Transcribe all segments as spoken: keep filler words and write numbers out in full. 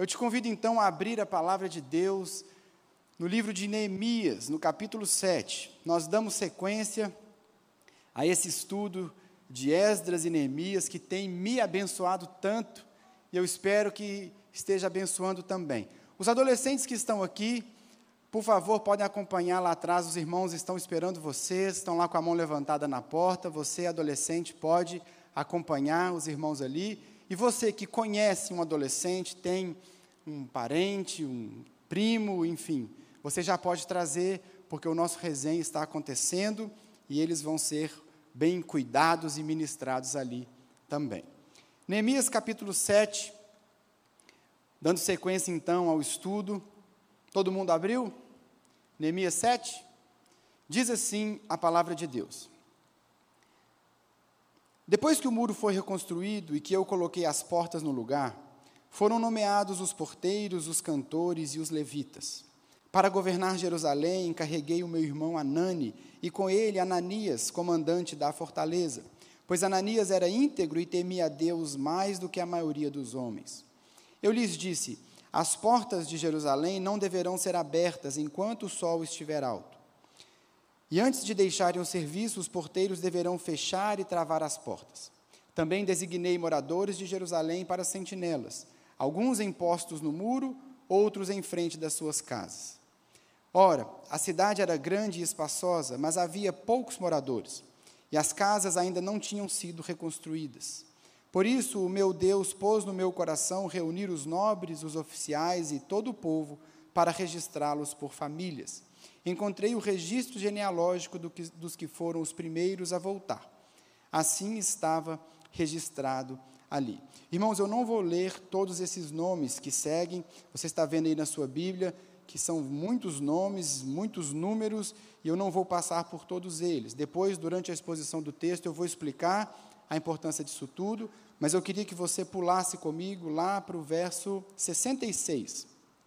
Eu te convido então a abrir a palavra de Deus no livro de Neemias, no capítulo sete. Nós damos sequência a esse estudo de Esdras e Neemias que tem me abençoado tanto e eu espero que esteja abençoando também. Os adolescentes que estão aqui, por favor, podem acompanhar lá atrás, os irmãos estão esperando vocês, estão lá com a mão levantada na porta, você, adolescente, pode acompanhar os irmãos ali, e você que conhece um adolescente, tem um parente, um primo, enfim, você já pode trazer, porque o nosso resenha está acontecendo, e eles vão ser bem cuidados e ministrados ali também. Neemias capítulo sete, dando sequência então ao estudo, todo mundo abriu? Neemias sete, diz assim a palavra de Deus. Depois que o muro foi reconstruído e que eu coloquei as portas no lugar, foram nomeados os porteiros, os cantores e os levitas. Para governar Jerusalém, encarreguei o meu irmão Anani, e com ele Ananias, comandante da fortaleza, pois Ananias era íntegro e temia a Deus mais do que a maioria dos homens. Eu lhes disse: as portas de Jerusalém não deverão ser abertas enquanto o sol estiver alto. E antes de deixarem o serviço, os porteiros deverão fechar e travar as portas. Também designei moradores de Jerusalém para sentinelas, alguns em postos no muro, outros em frente das suas casas. Ora, a cidade era grande e espaçosa, mas havia poucos moradores, e as casas ainda não tinham sido reconstruídas. Por isso, o meu Deus pôs no meu coração reunir os nobres, os oficiais e todo o povo para registrá-los por famílias. Encontrei o registro genealógico do que, dos que foram os primeiros a voltar. Assim estava registrado ali. Irmãos, eu não vou ler todos esses nomes que seguem, você está vendo aí na sua Bíblia, que são muitos nomes, muitos números, e eu não vou passar por todos eles. Depois, durante a exposição do texto, eu vou explicar a importância disso tudo, mas eu queria que você pulasse comigo lá para o verso sessenta e seis.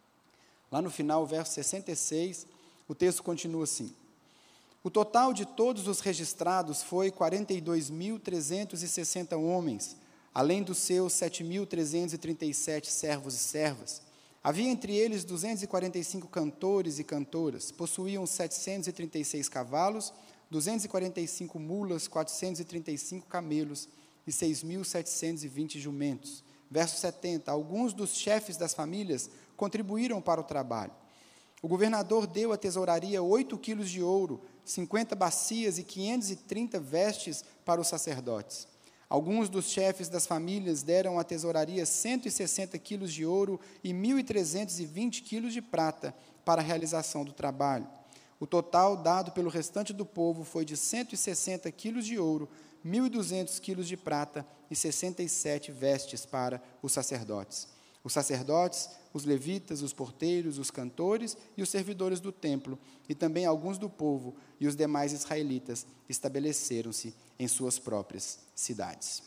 Lá no final, o verso sessenta e seis, o texto continua assim. O total de todos os registrados foi quarenta e dois mil trezentos e sessenta homens, além dos seus sete mil trezentos e trinta e sete servos e servas. Havia entre eles duzentos e quarenta e cinco cantores e cantoras, possuíam setecentos e trinta e seis cavalos, duzentos e quarenta e cinco mulas, quatrocentos e trinta e cinco camelos e seis mil setecentos e vinte jumentos. Verso setenta, alguns dos chefes das famílias contribuíram para o trabalho. O governador deu à tesouraria oito quilos de ouro, cinquenta bacias e quinhentas e trinta vestes para os sacerdotes. Alguns dos chefes das famílias deram à tesouraria cento e sessenta quilos de ouro e mil trezentos e vinte quilos de prata para a realização do trabalho. O total dado pelo restante do povo foi de cento e sessenta quilos de ouro, mil e duzentos quilos de prata e sessenta e sete vestes para os sacerdotes. Os sacerdotes, os levitas, os porteiros, os cantores e os servidores do templo, e também alguns do povo e os demais israelitas estabeleceram-se em suas próprias cidades.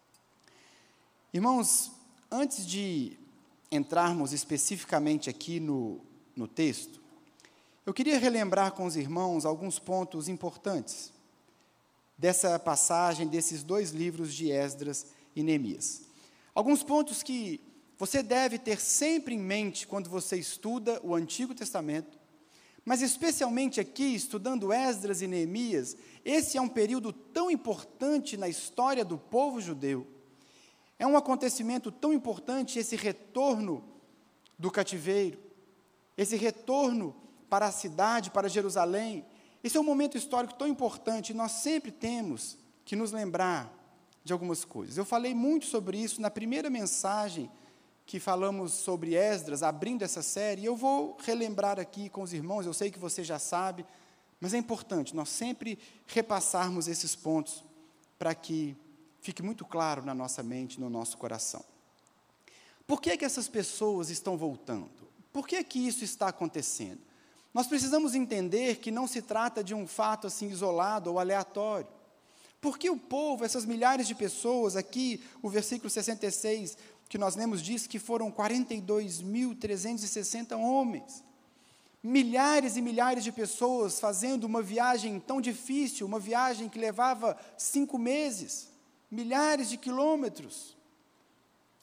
Irmãos, antes de entrarmos especificamente aqui no, no texto, eu queria relembrar com os irmãos alguns pontos importantes dessa passagem, desses dois livros de Esdras e Neemias. Alguns pontos que você deve ter sempre em mente quando você estuda o Antigo Testamento, mas especialmente aqui, estudando Esdras e Neemias, esse é um período tão importante na história do povo judeu. É um acontecimento tão importante esse retorno do cativeiro, esse retorno para a cidade, para Jerusalém. Esse é um momento histórico tão importante, e nós sempre temos que nos lembrar de algumas coisas. Eu falei muito sobre isso na primeira mensagem que falamos sobre Esdras, abrindo essa série, e eu vou relembrar aqui com os irmãos, eu sei que você já sabe, mas é importante nós sempre repassarmos esses pontos para que fique muito claro na nossa mente, no nosso coração. Por que que essas pessoas estão voltando? Por que que isso está acontecendo? Nós precisamos entender que não se trata de um fato assim isolado ou aleatório. Porque o povo, essas milhares de pessoas, aqui o versículo sessenta e seis que nós lemos diz que foram quarenta e dois mil trezentos e sessenta homens. Milhares e milhares de pessoas fazendo uma viagem tão difícil, uma viagem que levava cinco meses, milhares de quilômetros.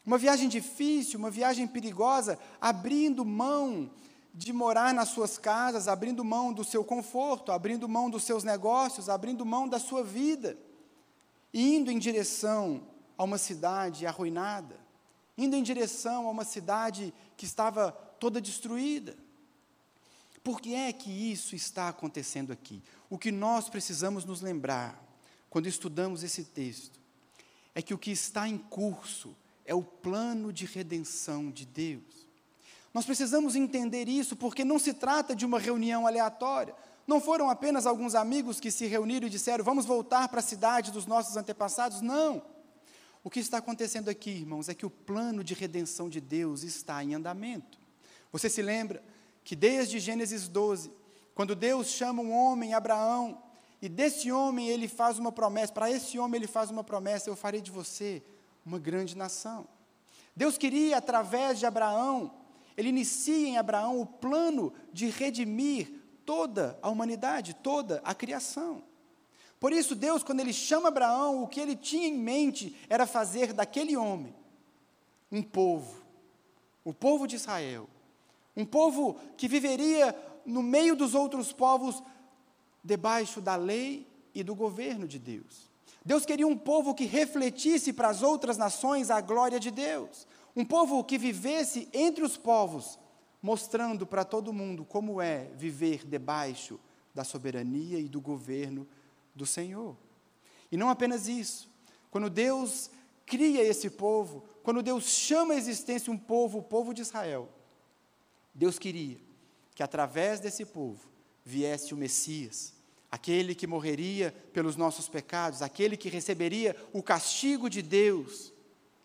Uma viagem difícil, uma viagem perigosa, abrindo mão de morar nas suas casas, abrindo mão do seu conforto, abrindo mão dos seus negócios, abrindo mão da sua vida, e indo em direção a uma cidade arruinada, indo em direção a uma cidade que estava toda destruída. Por que é que isso está acontecendo aqui? O que nós precisamos nos lembrar, quando estudamos esse texto, é que o que está em curso é o plano de redenção de Deus. Nós precisamos entender isso, porque não se trata de uma reunião aleatória. Não foram apenas alguns amigos que se reuniram e disseram, vamos voltar para a cidade dos nossos antepassados. Não. O que está acontecendo aqui, irmãos, é que o plano de redenção de Deus está em andamento. Você se lembra que desde Gênesis doze, quando Deus chama um homem, Abraão, e desse homem ele faz uma promessa, para esse homem ele faz uma promessa, eu farei de você uma grande nação. Deus queria, através de Abraão, ele inicia em Abraão o plano de redimir toda a humanidade, toda a criação. Por isso, Deus, quando ele chama Abraão, o que ele tinha em mente era fazer daquele homem um povo, o povo de Israel, um povo que viveria no meio dos outros povos, debaixo da lei e do governo de Deus. Deus queria um povo que refletisse para as outras nações a glória de Deus. Um povo que vivesse entre os povos, mostrando para todo mundo como é viver debaixo da soberania e do governo do Senhor. E não apenas isso. Quando Deus cria esse povo, quando Deus chama à existência um povo, o povo de Israel, Deus queria que através desse povo viesse o Messias, aquele que morreria pelos nossos pecados, aquele que receberia o castigo de Deus.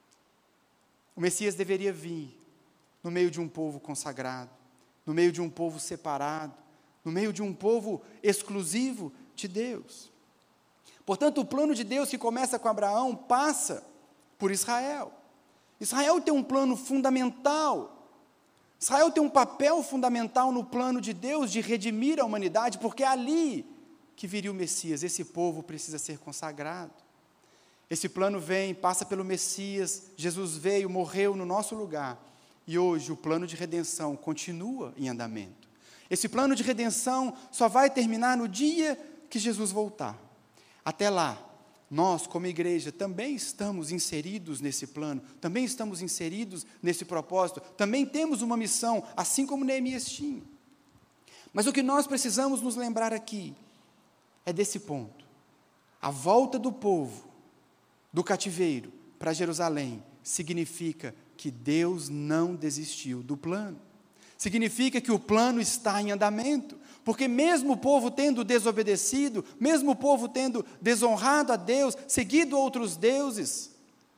O Messias deveria vir no meio de um povo consagrado, no meio de um povo separado, no meio de um povo exclusivo de Deus. Portanto, o plano de Deus que começa com Abraão passa por Israel. Israel tem um plano fundamental. Israel tem um papel fundamental no plano de Deus de redimir a humanidade, porque é ali que viria o Messias. Esse povo precisa ser consagrado. Esse plano vem, passa pelo Messias, Jesus veio, morreu no nosso lugar, e hoje o plano de redenção continua em andamento. Esse plano de redenção só vai terminar no dia que Jesus voltar. Até lá, nós, como igreja, também estamos inseridos nesse plano, também estamos inseridos nesse propósito, também temos uma missão, assim como Neemias tinha. Mas o que nós precisamos nos lembrar aqui é desse ponto. A volta do povo do cativeiro para Jerusalém significa que Deus não desistiu do plano. Significa que o plano está em andamento, porque mesmo o povo tendo desobedecido, mesmo o povo tendo desonrado a Deus, seguido outros deuses,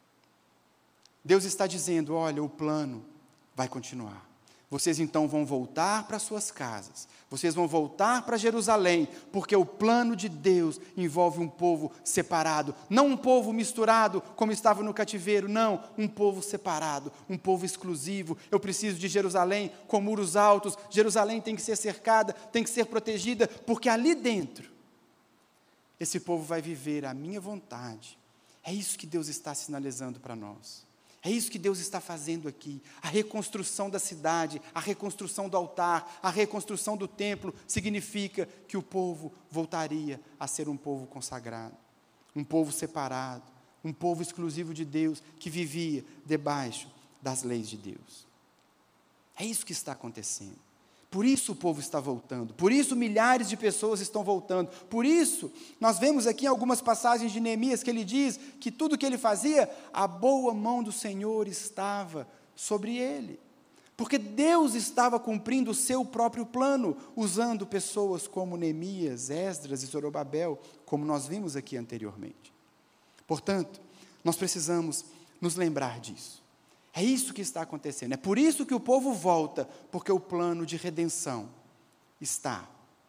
Deus está dizendo, olha, o plano vai continuar. Vocês então vão voltar para suas casas, vocês vão voltar para Jerusalém, porque o plano de Deus envolve um povo separado, não um povo misturado como estava no cativeiro, não, um povo separado, um povo exclusivo. Eu preciso de Jerusalém com muros altos, Jerusalém tem que ser cercada, tem que ser protegida, porque ali dentro, esse povo vai viver a minha vontade. É isso que Deus está sinalizando para nós. É isso que Deus está fazendo aqui. A reconstrução da cidade, a reconstrução do altar, a reconstrução do templo, significa que o povo voltaria a ser um povo consagrado, um povo separado, um povo exclusivo de Deus, que vivia debaixo das leis de Deus. É isso que está acontecendo. Por isso o povo está voltando, por isso milhares de pessoas estão voltando, por isso nós vemos aqui em algumas passagens de Neemias que ele diz que tudo que ele fazia, a boa mão do Senhor estava sobre ele, porque Deus estava cumprindo o seu próprio plano, usando pessoas como Neemias, Esdras e Zorobabel, como nós vimos aqui anteriormente. Portanto, nós precisamos nos lembrar disso. É isso que está acontecendo, é por isso que o povo volta, porque o plano de redenção está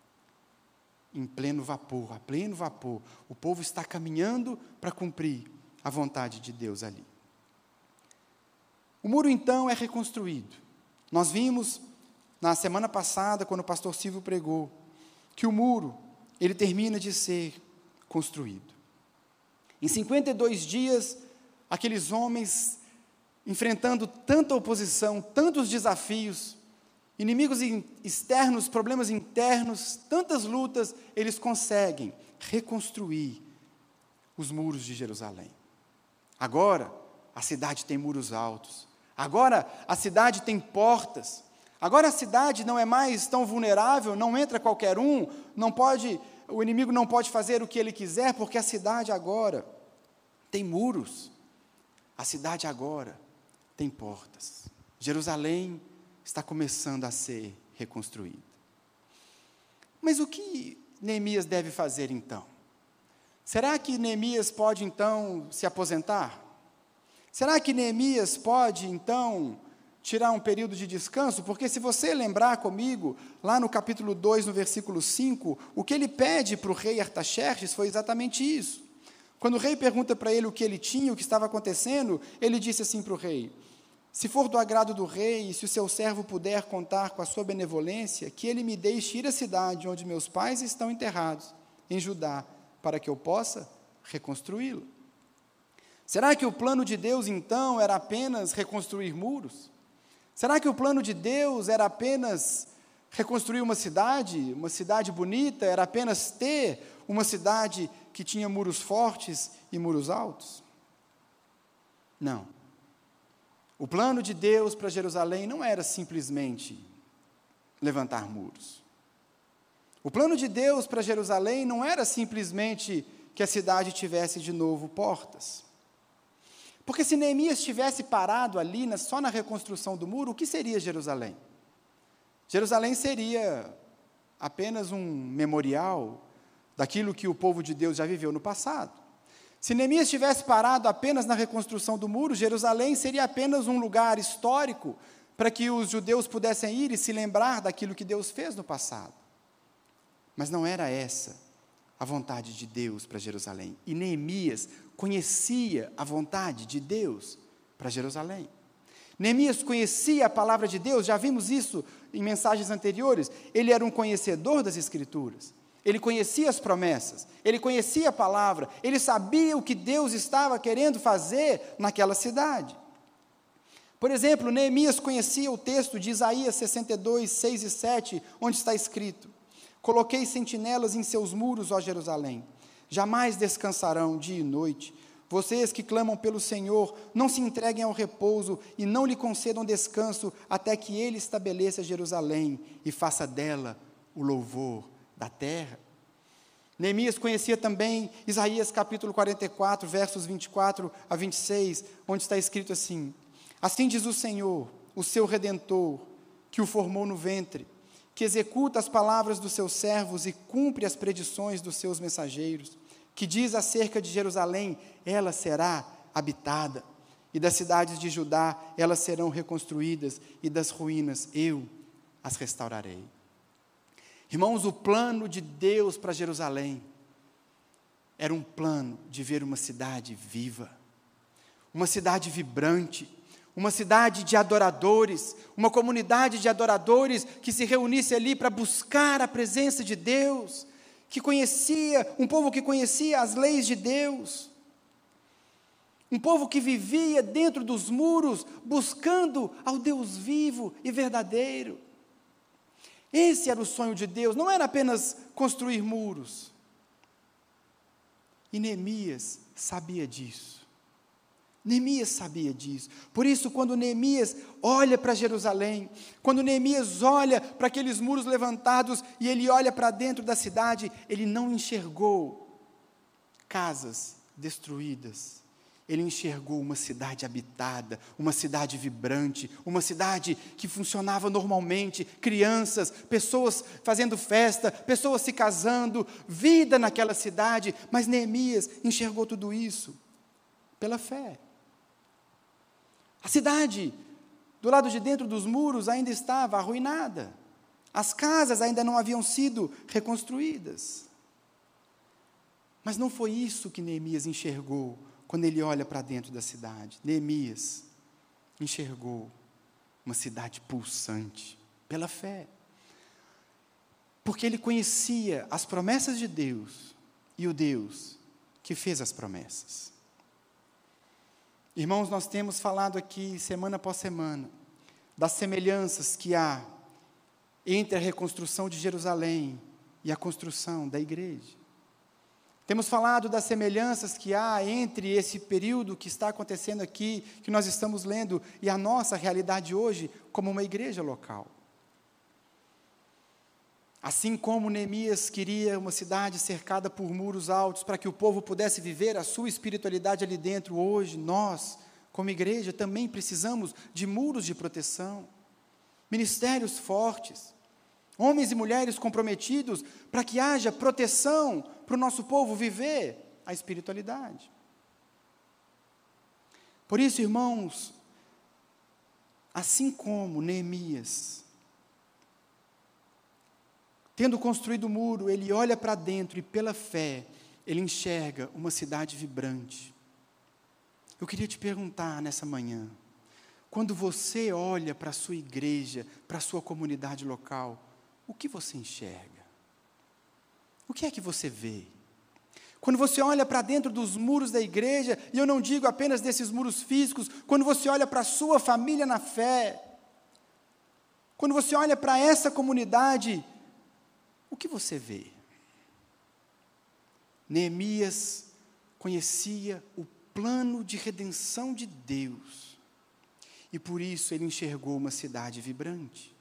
em pleno vapor, a pleno vapor. O povo está caminhando para cumprir a vontade de Deus ali. O muro então é reconstruído. Nós vimos na semana passada, quando o pastor Silvio pregou, que o muro, ele termina de ser construído. Em cinquenta e dois dias, aqueles homens enfrentando tanta oposição, tantos desafios, inimigos externos, problemas internos, tantas lutas, eles conseguem reconstruir os muros de Jerusalém. Agora, a cidade tem muros altos. Agora, a cidade tem portas. Agora, a cidade não é mais tão vulnerável, não entra qualquer um, não pode, o inimigo não pode fazer o que ele quiser, porque a cidade agora tem muros. A cidade agora tem portas. Jerusalém está começando a ser reconstruída. Mas o que Neemias deve fazer então? Será que Neemias pode então se aposentar? Será que Neemias pode então tirar um período de descanso? Porque se você lembrar comigo, lá no capítulo dois, no versículo cinco, o que ele pede para o rei Artaxerxes foi exatamente isso. Quando o rei pergunta para ele o que ele tinha, o que estava acontecendo, ele disse assim para o rei: se for do agrado do rei, e se o seu servo puder contar com a sua benevolência, que ele me deixe ir à cidade onde meus pais estão enterrados, em Judá, para que eu possa reconstruí-lo. Será que o plano de Deus, então, era apenas reconstruir muros? Será que o plano de Deus era apenas reconstruir uma cidade, uma cidade bonita, era apenas ter uma cidade que tinha muros fortes e muros altos? Não. O plano de Deus para Jerusalém não era simplesmente levantar muros. O plano de Deus para Jerusalém não era simplesmente que a cidade tivesse de novo portas. Porque se Neemias tivesse parado ali, só na reconstrução do muro, o que seria Jerusalém? Jerusalém seria apenas um memorial daquilo que o povo de Deus já viveu no passado. Se Neemias tivesse parado apenas na reconstrução do muro, Jerusalém seria apenas um lugar histórico para que os judeus pudessem ir e se lembrar daquilo que Deus fez no passado. Mas não era essa a vontade de Deus para Jerusalém. E Neemias conhecia a vontade de Deus para Jerusalém. Neemias conhecia a palavra de Deus, já vimos isso em mensagens anteriores. Ele era um conhecedor das Escrituras. Ele conhecia as promessas, ele conhecia a palavra, ele sabia o que Deus estava querendo fazer naquela cidade. Por exemplo, Neemias conhecia o texto de Isaías sessenta e dois, seis e sete, onde está escrito: coloquei sentinelas em seus muros, ó Jerusalém, jamais descansarão dia e noite. Vocês que clamam pelo Senhor, não se entreguem ao repouso e não lhe concedam descanso, até que Ele estabeleça Jerusalém e faça dela o louvor da terra. Neemias conhecia também Isaías capítulo quarenta e quatro, versos vinte e quatro a vinte e seis, onde está escrito assim: assim diz o Senhor, o seu Redentor, que o formou no ventre, que executa as palavras dos seus servos e cumpre as predições dos seus mensageiros, que diz acerca de Jerusalém: ela será habitada, e das cidades de Judá elas serão reconstruídas, e das ruínas eu as restaurarei. Irmãos, o plano de Deus para Jerusalém era um plano de ver uma cidade viva, uma cidade vibrante, uma cidade de adoradores, uma comunidade de adoradores que se reunisse ali para buscar a presença de Deus, que conhecia, um povo que conhecia as leis de Deus, um povo que vivia dentro dos muros, buscando ao Deus vivo e verdadeiro. Esse era o sonho de Deus, não era apenas construir muros. E Neemias sabia disso. Neemias sabia disso. Por isso, quando Neemias olha para Jerusalém, quando Neemias olha para aqueles muros levantados e ele olha para dentro da cidade, ele não enxergou casas destruídas. Ele enxergou uma cidade habitada, uma cidade vibrante, uma cidade que funcionava normalmente, crianças, pessoas fazendo festa, pessoas se casando, vida naquela cidade. Mas Neemias enxergou tudo isso pela fé. A cidade, do lado de dentro dos muros, ainda estava arruinada. As casas ainda não haviam sido reconstruídas. Mas não foi isso que Neemias enxergou quando ele olha para dentro da cidade. Neemias enxergou uma cidade pulsante pela fé. Porque ele conhecia as promessas de Deus e o Deus que fez as promessas. Irmãos, nós temos falado aqui, semana após semana, das semelhanças que há entre a reconstrução de Jerusalém e a construção da igreja. Temos falado das semelhanças que há entre esse período que está acontecendo aqui, que nós estamos lendo, e a nossa realidade hoje como uma igreja local. Assim como Neemias queria uma cidade cercada por muros altos para que o povo pudesse viver a sua espiritualidade ali dentro, hoje nós, como igreja, também precisamos de muros de proteção, ministérios fortes, homens e mulheres comprometidos para que haja proteção para o nosso povo viver a espiritualidade. Por isso, irmãos, assim como Neemias, tendo construído o muro, ele olha para dentro e, pela fé, ele enxerga uma cidade vibrante. Eu queria te perguntar nessa manhã, quando você olha para a sua igreja, para a sua comunidade local, o que você enxerga? O que é que você vê? Quando você olha para dentro dos muros da igreja, e eu não digo apenas desses muros físicos, quando você olha para a sua família na fé, quando você olha para essa comunidade, o que você vê? Neemias conhecia o plano de redenção de Deus, e por isso ele enxergou uma cidade vibrante.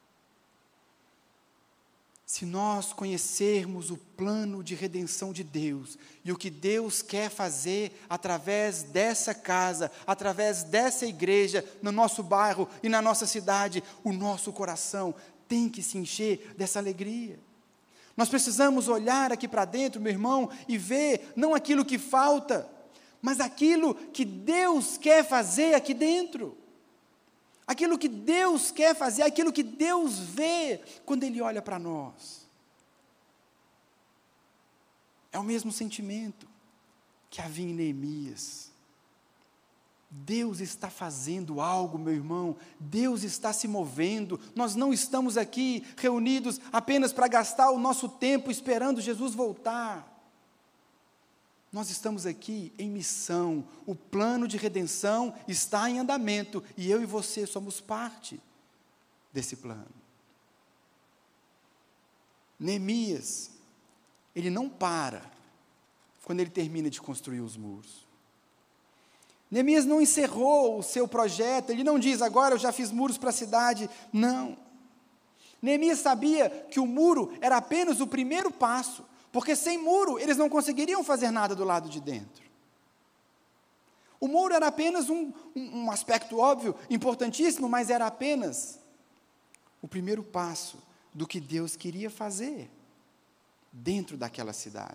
Se nós conhecermos o plano de redenção de Deus, e o que Deus quer fazer através dessa casa, através dessa igreja, no nosso bairro e na nossa cidade, o nosso coração tem que se encher dessa alegria. Nós precisamos olhar aqui para dentro, meu irmão, e ver não aquilo que falta, mas aquilo que Deus quer fazer aqui dentro. Aquilo que Deus quer fazer, aquilo que Deus vê quando Ele olha para nós. É o mesmo sentimento que havia em Neemias. Deus está fazendo algo, meu irmão, Deus está se movendo, nós não estamos aqui reunidos apenas para gastar o nosso tempo esperando Jesus voltar. Nós estamos aqui em missão, o plano de redenção está em andamento, e eu e você somos parte desse plano. Neemias, ele não para quando ele termina de construir os muros. Neemias não encerrou o seu projeto, ele não diz, agora eu já fiz muros para a cidade, não. Neemias sabia que o muro era apenas o primeiro passo, porque sem muro eles não conseguiriam fazer nada do lado de dentro. O muro era apenas um, um, um aspecto óbvio, importantíssimo, mas era apenas o primeiro passo do que Deus queria fazer dentro daquela cidade.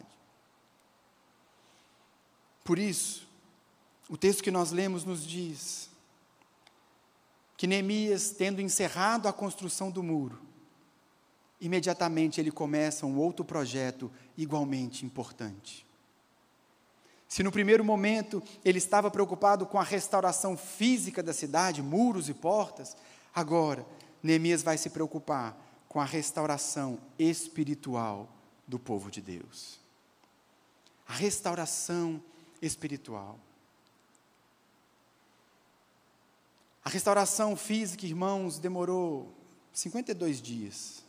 Por isso, o texto que nós lemos nos diz que Neemias, tendo encerrado a construção do muro, imediatamente ele começa um outro projeto igualmente importante. Se no primeiro momento ele estava preocupado com a restauração física da cidade, muros e portas, agora Neemias vai se preocupar com a restauração espiritual do povo de Deus. A restauração espiritual. A restauração física, irmãos, demorou cinquenta e dois dias.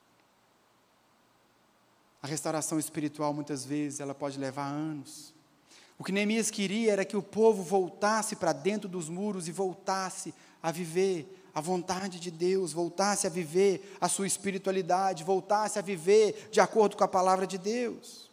A restauração espiritual, muitas vezes, ela pode levar anos. O que Neemias queria era que o povo voltasse para dentro dos muros e voltasse a viver a vontade de Deus, voltasse a viver a sua espiritualidade, voltasse a viver de acordo com a palavra de Deus.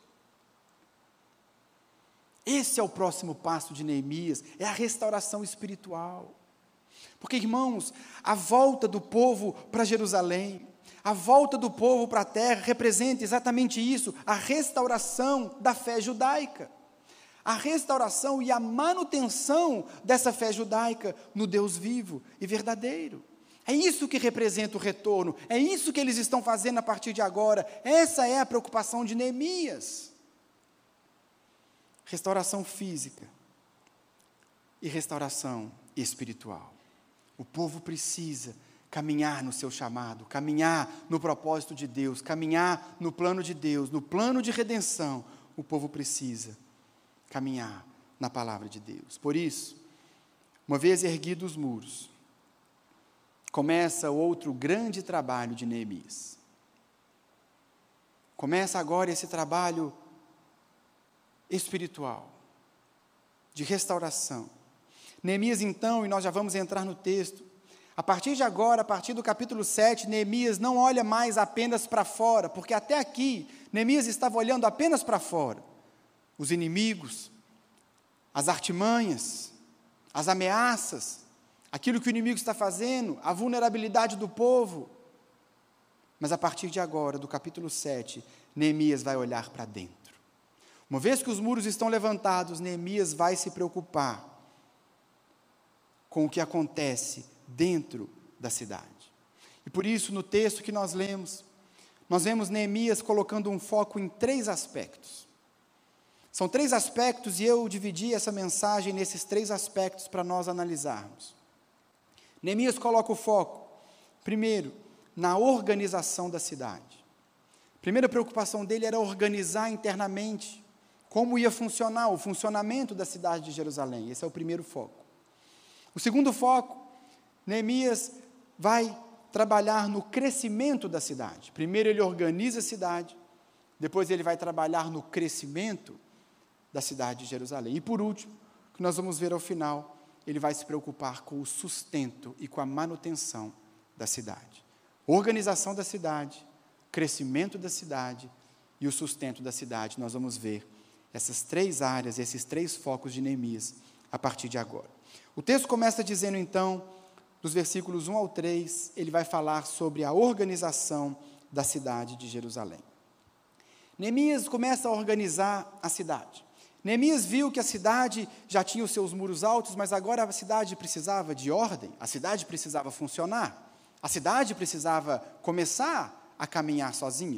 Esse é o próximo passo de Neemias, é a restauração espiritual. Porque, irmãos, a volta do povo para Jerusalém, a volta do povo para a terra representa exatamente isso, a restauração da fé judaica. A restauração e a manutenção dessa fé judaica no Deus vivo e verdadeiro. É isso que representa o retorno, é isso que eles estão fazendo a partir de agora. Essa é a preocupação de Neemias. Restauração física e restauração espiritual. O povo precisa caminhar no seu chamado, caminhar no propósito de Deus, caminhar no plano de Deus, no plano de redenção. O povo precisa caminhar na palavra de Deus. Por isso, Uma vez erguidos os muros, começa outro grande trabalho de Neemias. Começa agora esse trabalho espiritual, de restauração. Neemias, então, e nós já vamos entrar no texto, a partir de agora, a partir do capítulo sete, Neemias não olha mais apenas para fora, porque até aqui, Neemias estava olhando apenas para fora. Os inimigos, as artimanhas, as ameaças, aquilo que o inimigo está fazendo, a vulnerabilidade do povo. Mas a partir de agora, do capítulo sete, Neemias vai olhar para dentro. Uma vez que os muros estão levantados, Neemias vai se preocupar com o que acontece dentro da cidade. E por isso, no texto que nós lemos, nós vemos Neemias colocando um foco em três aspectos. São três aspectos, e eu dividi essa mensagem nesses três aspectos para nós analisarmos. Neemias coloca o foco, primeiro, na organização da cidade. A primeira preocupação dele era organizar internamente como ia funcionar o funcionamento da cidade de Jerusalém. Esse é o primeiro foco. O segundo foco, Neemias vai trabalhar no crescimento da cidade. Primeiro ele organiza a cidade, depois ele vai trabalhar no crescimento da cidade de Jerusalém. E por último, o que nós vamos ver ao final, ele vai se preocupar com o sustento e com a manutenção da cidade. Organização da cidade, crescimento da cidade e o sustento da cidade. Nós vamos ver essas três áreas, esses três focos de Neemias a partir de agora. O texto começa dizendo então, dos versículos um ao três, ele vai falar sobre a organização da cidade de Jerusalém. Neemias começa a organizar a cidade. Neemias viu que a cidade já tinha os seus muros altos, mas agora a cidade precisava de ordem, a cidade precisava funcionar, a cidade precisava começar a caminhar sozinha.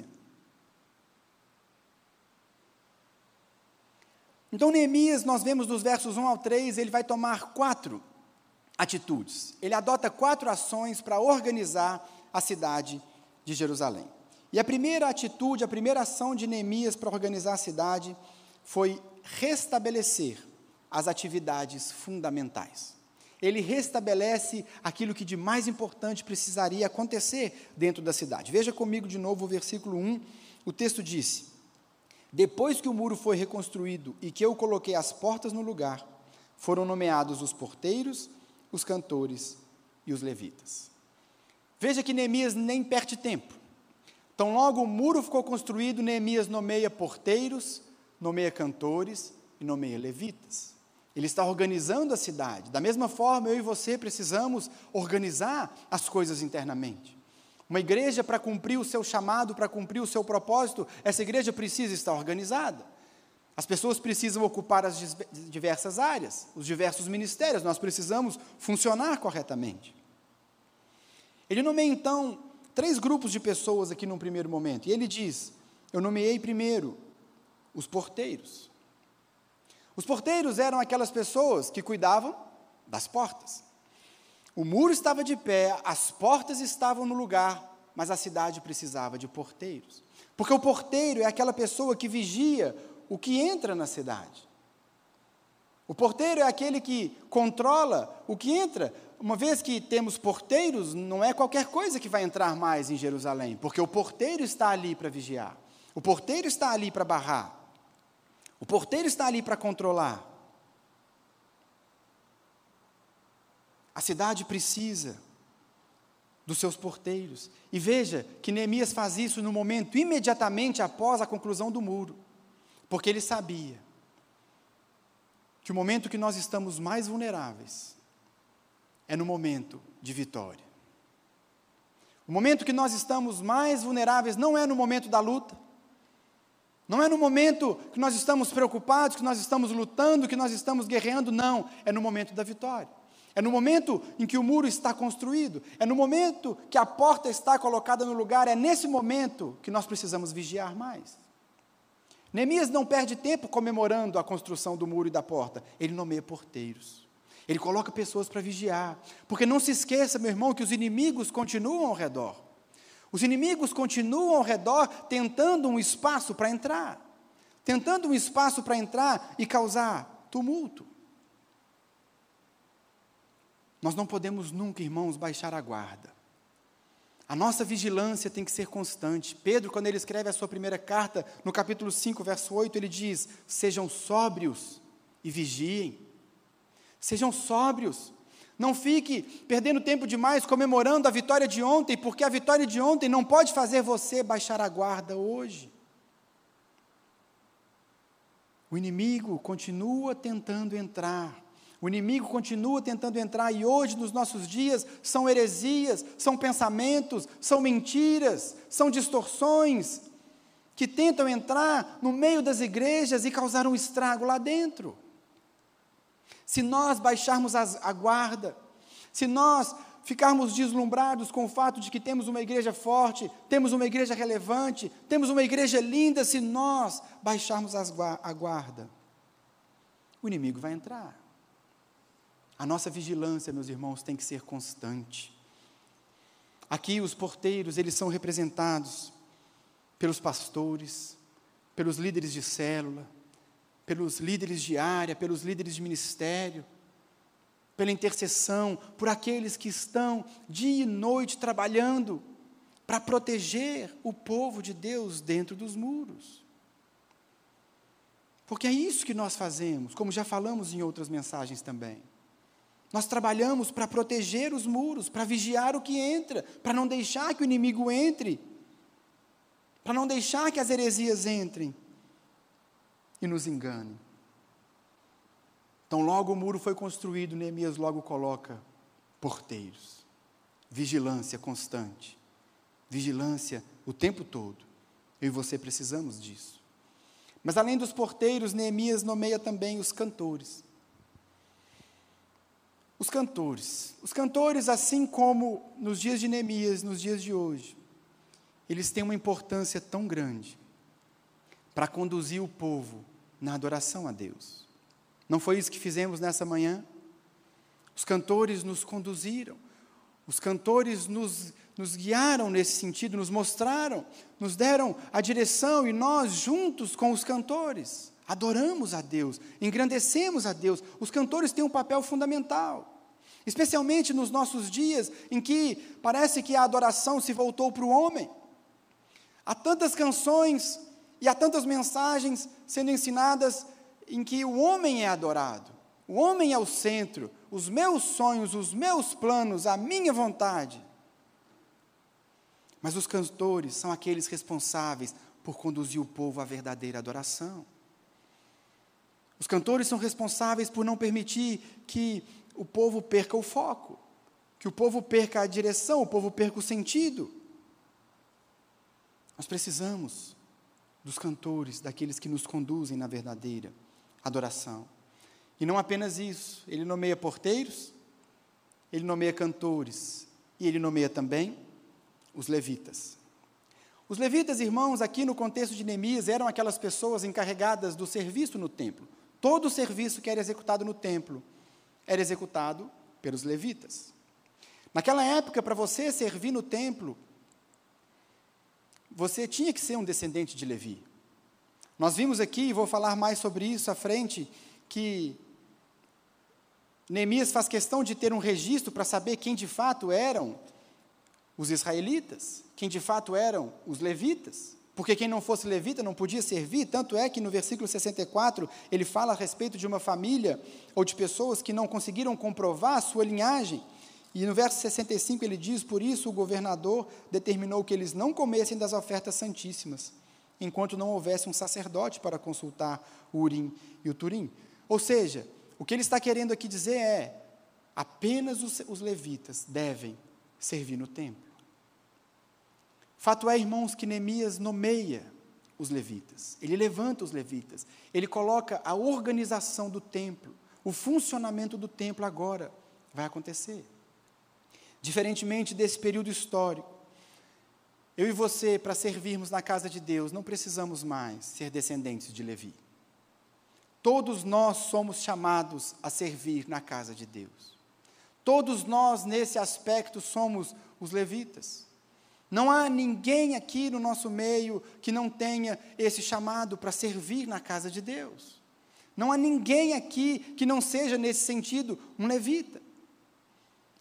Então, Neemias, nós vemos dos versos um ao três, ele vai tomar quatro atitudes. Ele adota quatro ações para organizar a cidade de Jerusalém. E a primeira atitude, a primeira ação de Neemias para organizar a cidade foi restabelecer as atividades fundamentais. Ele restabelece aquilo que de mais importante precisaria acontecer dentro da cidade. Veja comigo de novo o versículo um, o texto disse: depois que o muro foi reconstruído e que eu coloquei as portas no lugar, foram nomeados os porteiros, os cantores e os levitas. Veja que Neemias nem perde tempo. Então, logo o muro ficou construído, Neemias nomeia porteiros, nomeia cantores e nomeia levitas. Ele está organizando a cidade. Da mesma forma, eu e você precisamos organizar as coisas internamente. Uma igreja, para cumprir o seu chamado, para cumprir o seu propósito, essa igreja precisa estar organizada. As pessoas precisam ocupar as diversas áreas, os diversos ministérios, nós precisamos funcionar corretamente. Ele nomeia, então, três grupos de pessoas aqui num primeiro momento, e ele diz: eu nomeei primeiro os porteiros. Os porteiros eram aquelas pessoas que cuidavam das portas. O muro estava de pé, as portas estavam no lugar, mas a cidade precisava de porteiros. Porque o porteiro é aquela pessoa que vigia o que entra na cidade. O porteiro é aquele que controla o que entra. Uma vez que temos porteiros, não é qualquer coisa que vai entrar mais em Jerusalém, porque o porteiro está ali para vigiar. O porteiro está ali para barrar. O porteiro está ali para controlar. A cidade precisa dos seus porteiros. E veja que Neemias faz isso no momento imediatamente após a conclusão do muro, porque ele sabia que o momento que nós estamos mais vulneráveis é no momento de vitória. O momento que nós estamos mais vulneráveis não é no momento da luta, não é no momento que nós estamos preocupados, que nós estamos lutando, que nós estamos guerreando, não, é no momento da vitória. É no momento em que o muro está construído, é no momento que a porta está colocada no lugar, é nesse momento que nós precisamos vigiar mais. Neemias não perde tempo comemorando a construção do muro e da porta, ele nomeia porteiros, ele coloca pessoas para vigiar, porque não se esqueça, meu irmão, que os inimigos continuam ao redor. Os inimigos continuam ao redor tentando um espaço para entrar, tentando um espaço para entrar e causar tumulto. Nós não podemos nunca, irmãos, baixar a guarda. A nossa vigilância tem que ser constante. Pedro, quando ele escreve a sua primeira carta, no capítulo cinco, verso oito, ele diz: sejam sóbrios e vigiem. Sejam sóbrios. Não fique perdendo tempo demais comemorando a vitória de ontem, porque a vitória de ontem não pode fazer você baixar a guarda hoje. O inimigo continua tentando entrar. O inimigo continua tentando entrar, e hoje, nos nossos dias, são heresias, são pensamentos, são mentiras, são distorções, que tentam entrar no meio das igrejas e causar um estrago lá dentro. Se nós baixarmos as, a guarda, se nós ficarmos deslumbrados com o fato de que temos uma igreja forte, temos uma igreja relevante, temos uma igreja linda, se nós baixarmos as, a guarda, o inimigo vai entrar. A nossa vigilância, meus irmãos, tem que ser constante. Aqui os porteiros, eles são representados pelos pastores, pelos líderes de célula, pelos líderes de área, pelos líderes de ministério, pela intercessão, por aqueles que estão dia e noite trabalhando para proteger o povo de Deus dentro dos muros. Porque é isso que nós fazemos, como já falamos em outras mensagens também. Nós trabalhamos para proteger os muros, para vigiar o que entra, para não deixar que o inimigo entre, para não deixar que as heresias entrem e nos enganem. Então, logo o muro foi construído, Neemias logo coloca porteiros, vigilância constante, vigilância o tempo todo. Eu e você precisamos disso. Mas além dos porteiros, Neemias nomeia também os cantores. Os cantores. Os cantores, assim como nos dias de Neemias, nos dias de hoje, eles têm uma importância tão grande para conduzir o povo na adoração a Deus. Não foi isso que fizemos nessa manhã? Os cantores nos conduziram, os cantores nos, nos guiaram nesse sentido, nos mostraram, nos deram a direção, e nós, juntos com os cantores, adoramos a Deus, engrandecemos a Deus. Os cantores têm um papel fundamental, especialmente nos nossos dias, em que parece que a adoração se voltou para o homem. Há tantas canções e há tantas mensagens sendo ensinadas em que o homem é adorado, o homem é o centro, os meus sonhos, os meus planos, a minha vontade. Mas os cantores são aqueles responsáveis por conduzir o povo à verdadeira adoração. Os cantores são responsáveis por não permitir que o povo perca o foco, que o povo perca a direção, o povo perca o sentido. Nós precisamos dos cantores, daqueles que nos conduzem na verdadeira adoração. E não apenas isso, ele nomeia porteiros, ele nomeia cantores, e ele nomeia também os levitas. Os levitas, irmãos, aqui no contexto de Neemias, eram aquelas pessoas encarregadas do serviço no templo. Todo o serviço que era executado no templo era executado pelos levitas. Naquela época, para você servir no templo, você tinha que ser um descendente de Levi. Nós vimos aqui, e vou falar mais sobre isso à frente, que Neemias faz questão de ter um registro para saber quem de fato eram os israelitas, quem de fato eram os levitas, porque quem não fosse levita não podia servir. Tanto é que no versículo sessenta e quatro, ele fala a respeito de uma família, ou de pessoas que não conseguiram comprovar a sua linhagem, e no verso sessenta e cinco ele diz: por isso o governador determinou que eles não comessem das ofertas santíssimas, enquanto não houvesse um sacerdote para consultar o Urim e o Turim. Ou seja, o que ele está querendo aqui dizer é, apenas os, os levitas devem servir no templo. Fato é, irmãos, que Neemias nomeia os levitas, ele levanta os levitas, ele coloca a organização do templo, o funcionamento do templo agora vai acontecer. Diferentemente desse período histórico, eu e você, para servirmos na casa de Deus, não precisamos mais ser descendentes de Levi. Todos nós somos chamados a servir na casa de Deus. Todos nós, nesse aspecto, somos os levitas. Não há ninguém aqui no nosso meio que não tenha esse chamado para servir na casa de Deus. Não há ninguém aqui que não seja, nesse sentido, um levita.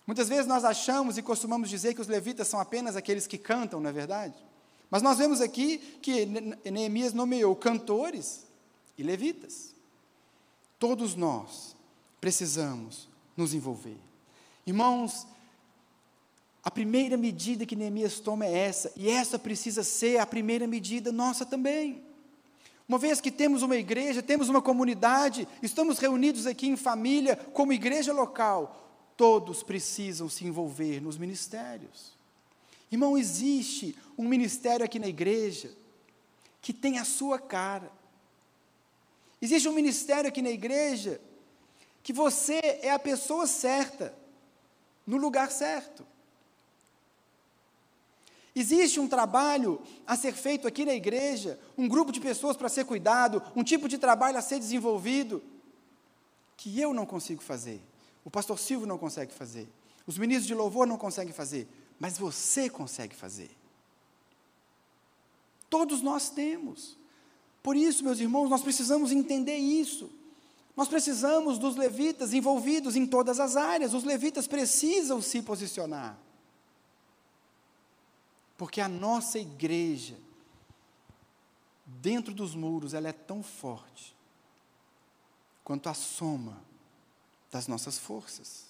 Muitas vezes nós achamos e costumamos dizer que os levitas são apenas aqueles que cantam, não é verdade? Mas nós vemos aqui que Neemias nomeou cantores e levitas. Todos nós precisamos nos envolver. Irmãos, a primeira medida que Neemias toma é essa, e essa precisa ser a primeira medida nossa também. Uma vez que temos uma igreja, temos uma comunidade, estamos reunidos aqui em família, como igreja local, todos precisam se envolver nos ministérios. Irmão, existe um ministério aqui na igreja que tem a sua cara. Existe um ministério aqui na igreja que você é a pessoa certa, no lugar certo. Existe um trabalho a ser feito aqui na igreja, um grupo de pessoas para ser cuidado, um tipo de trabalho a ser desenvolvido, que eu não consigo fazer. O pastor Silvio não consegue fazer, os ministros de louvor não conseguem fazer, mas você consegue fazer. Todos nós temos. Por isso, meus irmãos, nós precisamos entender isso. Nós precisamos dos levitas envolvidos em todas as áreas. Os levitas precisam se posicionar. Porque a nossa igreja, dentro dos muros, ela é tão forte quanto a soma das nossas forças.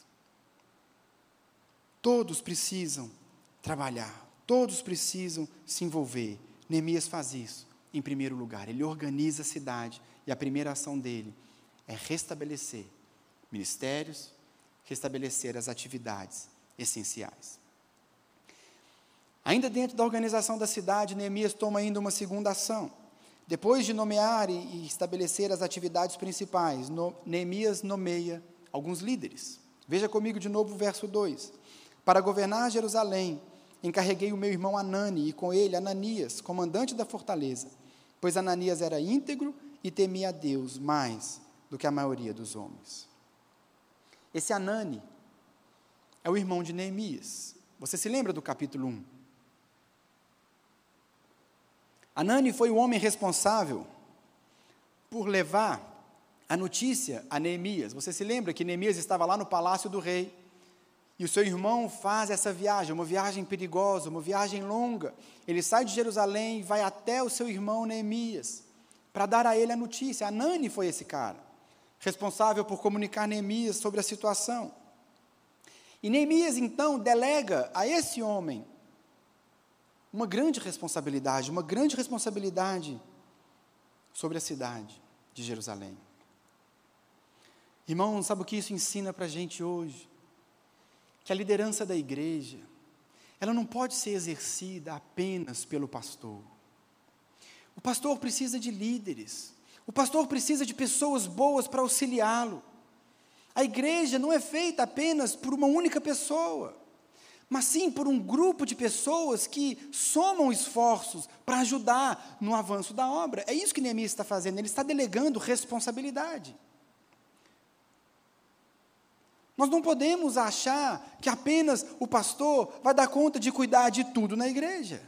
Todos precisam trabalhar, todos precisam se envolver. Neemias faz isso, em primeiro lugar. Ele organiza a cidade, e a primeira ação dele é restabelecer ministérios, restabelecer as atividades essenciais. Ainda dentro da organização da cidade, Neemias toma ainda uma segunda ação. Depois de nomear e estabelecer as atividades principais, Neemias nomeia alguns líderes. Veja comigo de novo o verso dois. Para governar Jerusalém, encarreguei o meu irmão Anani, e com ele Ananias, comandante da fortaleza, pois Ananias era íntegro e temia a Deus mais do que a maioria dos homens. Esse Anani é o irmão de Neemias. Você se lembra do capítulo um? Anani foi o homem responsável por levar a notícia a Neemias. Você se lembra que Neemias estava lá no palácio do rei, e o seu irmão faz essa viagem, uma viagem perigosa, uma viagem longa. Ele sai de Jerusalém e vai até o seu irmão Neemias, para dar a ele a notícia. Anani foi esse cara, responsável por comunicar a Neemias sobre a situação. E Neemias, então, delega a esse homem uma grande responsabilidade, uma grande responsabilidade sobre a cidade de Jerusalém. Irmãos, sabe o que isso ensina para a gente hoje? Que a liderança da igreja, ela não pode ser exercida apenas pelo pastor. O pastor precisa de líderes, o pastor precisa de pessoas boas para auxiliá-lo. A igreja não é feita apenas por uma única pessoa, mas sim por um grupo de pessoas que somam esforços para ajudar no avanço da obra. É isso que Neemias está fazendo, ele está delegando responsabilidade. Nós não podemos achar que apenas o pastor vai dar conta de cuidar de tudo na igreja.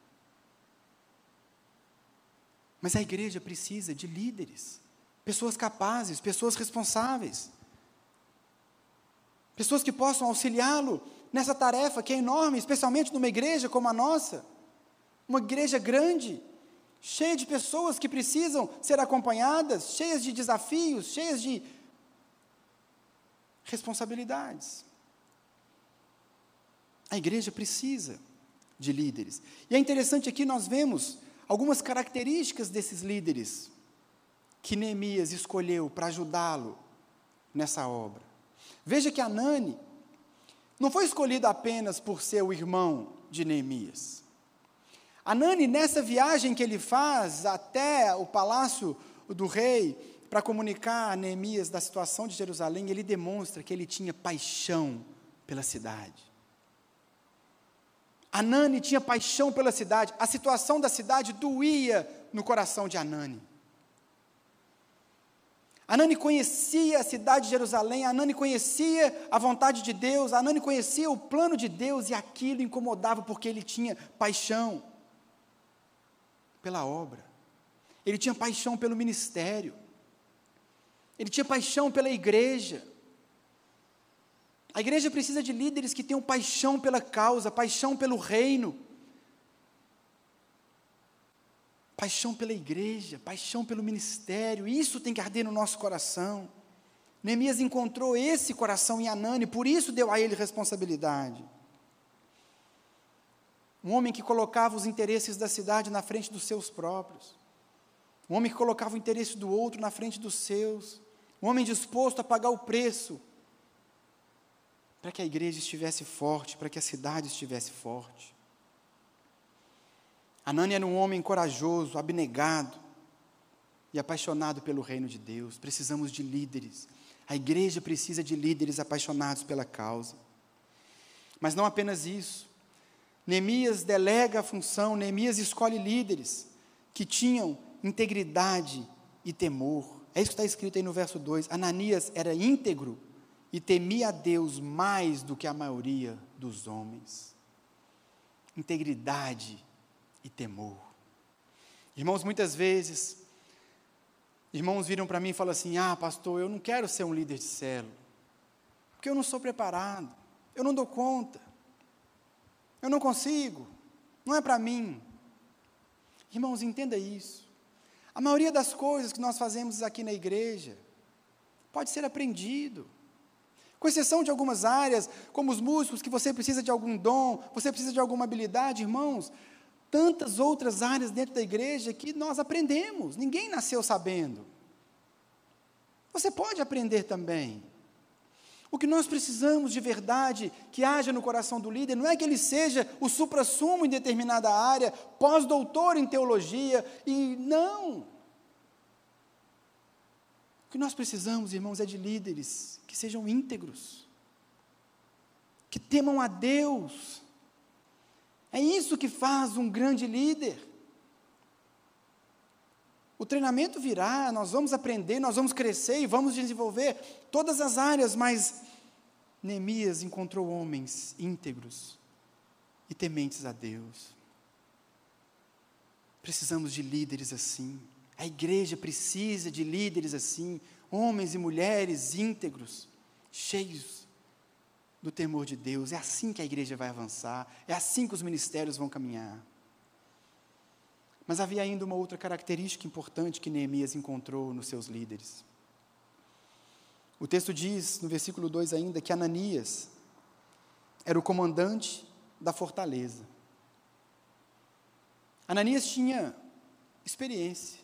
Mas a igreja precisa de líderes, pessoas capazes, pessoas responsáveis, pessoas que possam auxiliá-lo nessa tarefa que é enorme, especialmente numa igreja como a nossa, uma igreja grande, cheia de pessoas que precisam ser acompanhadas, cheias de desafios, cheias de responsabilidades. A igreja precisa de líderes. E é interessante aqui nós vemos algumas características desses líderes que Neemias escolheu para ajudá-lo nessa obra. Veja que Anani não foi escolhido apenas por ser o irmão de Neemias. Anani, nessa viagem que ele faz até o palácio do rei, para comunicar a Neemias da situação de Jerusalém, ele demonstra que ele tinha paixão pela cidade. Anani tinha paixão pela cidade, a situação da cidade doía no coração de Anani. Anani conhecia a cidade de Jerusalém, Anani conhecia a vontade de Deus, Anani conhecia o plano de Deus, e aquilo incomodava porque ele tinha paixão pela obra, ele tinha paixão pelo ministério, ele tinha paixão pela igreja. A igreja precisa de líderes que tenham paixão pela causa, paixão pelo reino, paixão pela igreja, paixão pelo ministério. Isso tem que arder no nosso coração. Neemias encontrou esse coração em Hanani, por isso deu a ele responsabilidade. Um homem que colocava os interesses da cidade na frente dos seus próprios. Um homem que colocava o interesse do outro na frente dos seus. Um homem disposto a pagar o preço para que a igreja estivesse forte, para que a cidade estivesse forte. Hanani era um homem corajoso, abnegado e apaixonado pelo reino de Deus. Precisamos de líderes. A igreja precisa de líderes apaixonados pela causa. Mas não apenas isso. Neemias delega a função, Neemias escolhe líderes que tinham integridade e temor. É isso que está escrito aí no verso dois. Ananias era íntegro e temia a Deus mais do que a maioria dos homens. Integridade e temor. Irmãos, muitas vezes, irmãos viram para mim e falam assim: ah, pastor, eu não quero ser um líder de célula, porque eu não sou preparado, eu não dou conta, eu não consigo, não é para mim. Irmãos, entenda isso. A maioria das coisas que nós fazemos aqui na igreja pode ser aprendido, com exceção de algumas áreas, como os músicos, que você precisa de algum dom, você precisa de alguma habilidade. Irmãos, tantas outras áreas dentro da igreja que nós aprendemos, ninguém nasceu sabendo. Você pode aprender também. O que nós precisamos de verdade, que haja no coração do líder, não é que ele seja o suprassumo em determinada área, pós-doutor em teologia, e não. O que nós precisamos, irmãos, é de líderes que sejam íntegros, que temam a Deus. É isso que faz um grande líder. O treinamento virá, nós vamos aprender, nós vamos crescer e vamos desenvolver todas as áreas, mas Neemias encontrou homens íntegros e tementes a Deus. Precisamos de líderes assim. A igreja precisa de líderes assim, homens e mulheres íntegros, cheios do temor de Deus. É assim que a igreja vai avançar, é assim que os ministérios vão caminhar. Mas havia ainda uma outra característica importante que Neemias encontrou nos seus líderes. O texto diz, no versículo dois ainda, que Ananias era o comandante da fortaleza. Ananias tinha experiência.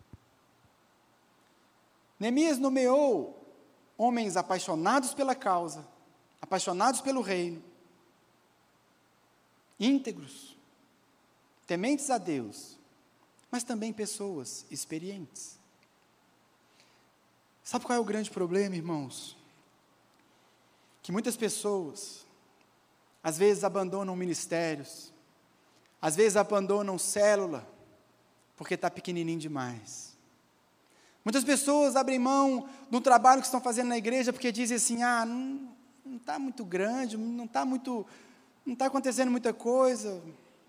Neemias nomeou homens apaixonados pela causa, apaixonados pelo reino, íntegros, tementes a Deus, mas também pessoas experientes. Sabe qual é o grande problema, irmãos? Que muitas pessoas, às vezes abandonam ministérios, às vezes abandonam célula, porque está pequenininho demais. Muitas pessoas abrem mão do trabalho que estão fazendo na igreja, porque dizem assim: ah, não está muito grande, não está muito, não está acontecendo muita coisa.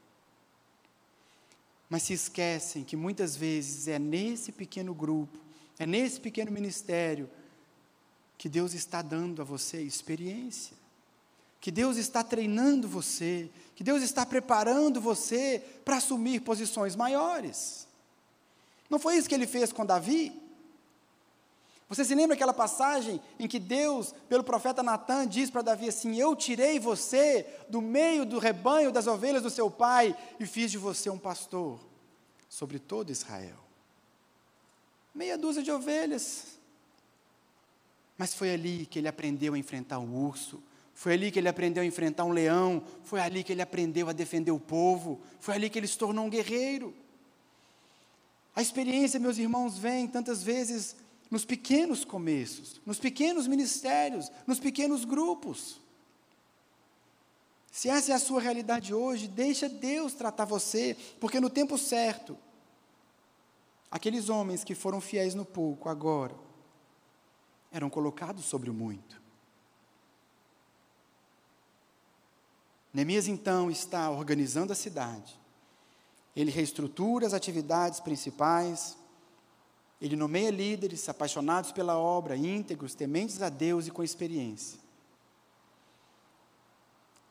Mas se esquecem que muitas vezes é nesse pequeno grupo, é nesse pequeno ministério, que Deus está dando a você experiência, que Deus está treinando você, que Deus está preparando você para assumir posições maiores. Não foi isso que Ele fez com Davi? Você se lembra aquela passagem em que Deus, pelo profeta Natã, diz para Davi assim: eu tirei você do meio do rebanho das ovelhas do seu pai e fiz de você um pastor sobre todo Israel. Meia dúzia de ovelhas. Mas foi ali que ele aprendeu a enfrentar um urso, foi ali que ele aprendeu a enfrentar um leão, foi ali que ele aprendeu a defender o povo, foi ali que ele se tornou um guerreiro. A experiência, meus irmãos, vem tantas vezes nos pequenos começos, nos pequenos ministérios, nos pequenos grupos. Se essa é a sua realidade hoje, deixa Deus tratar você, porque no tempo certo, aqueles homens que foram fiéis no pouco, agora, eram colocados sobre o muito. Neemias, então, está organizando a cidade. Ele reestrutura as atividades principais, ele nomeia líderes apaixonados pela obra, íntegros, tementes a Deus e com experiência.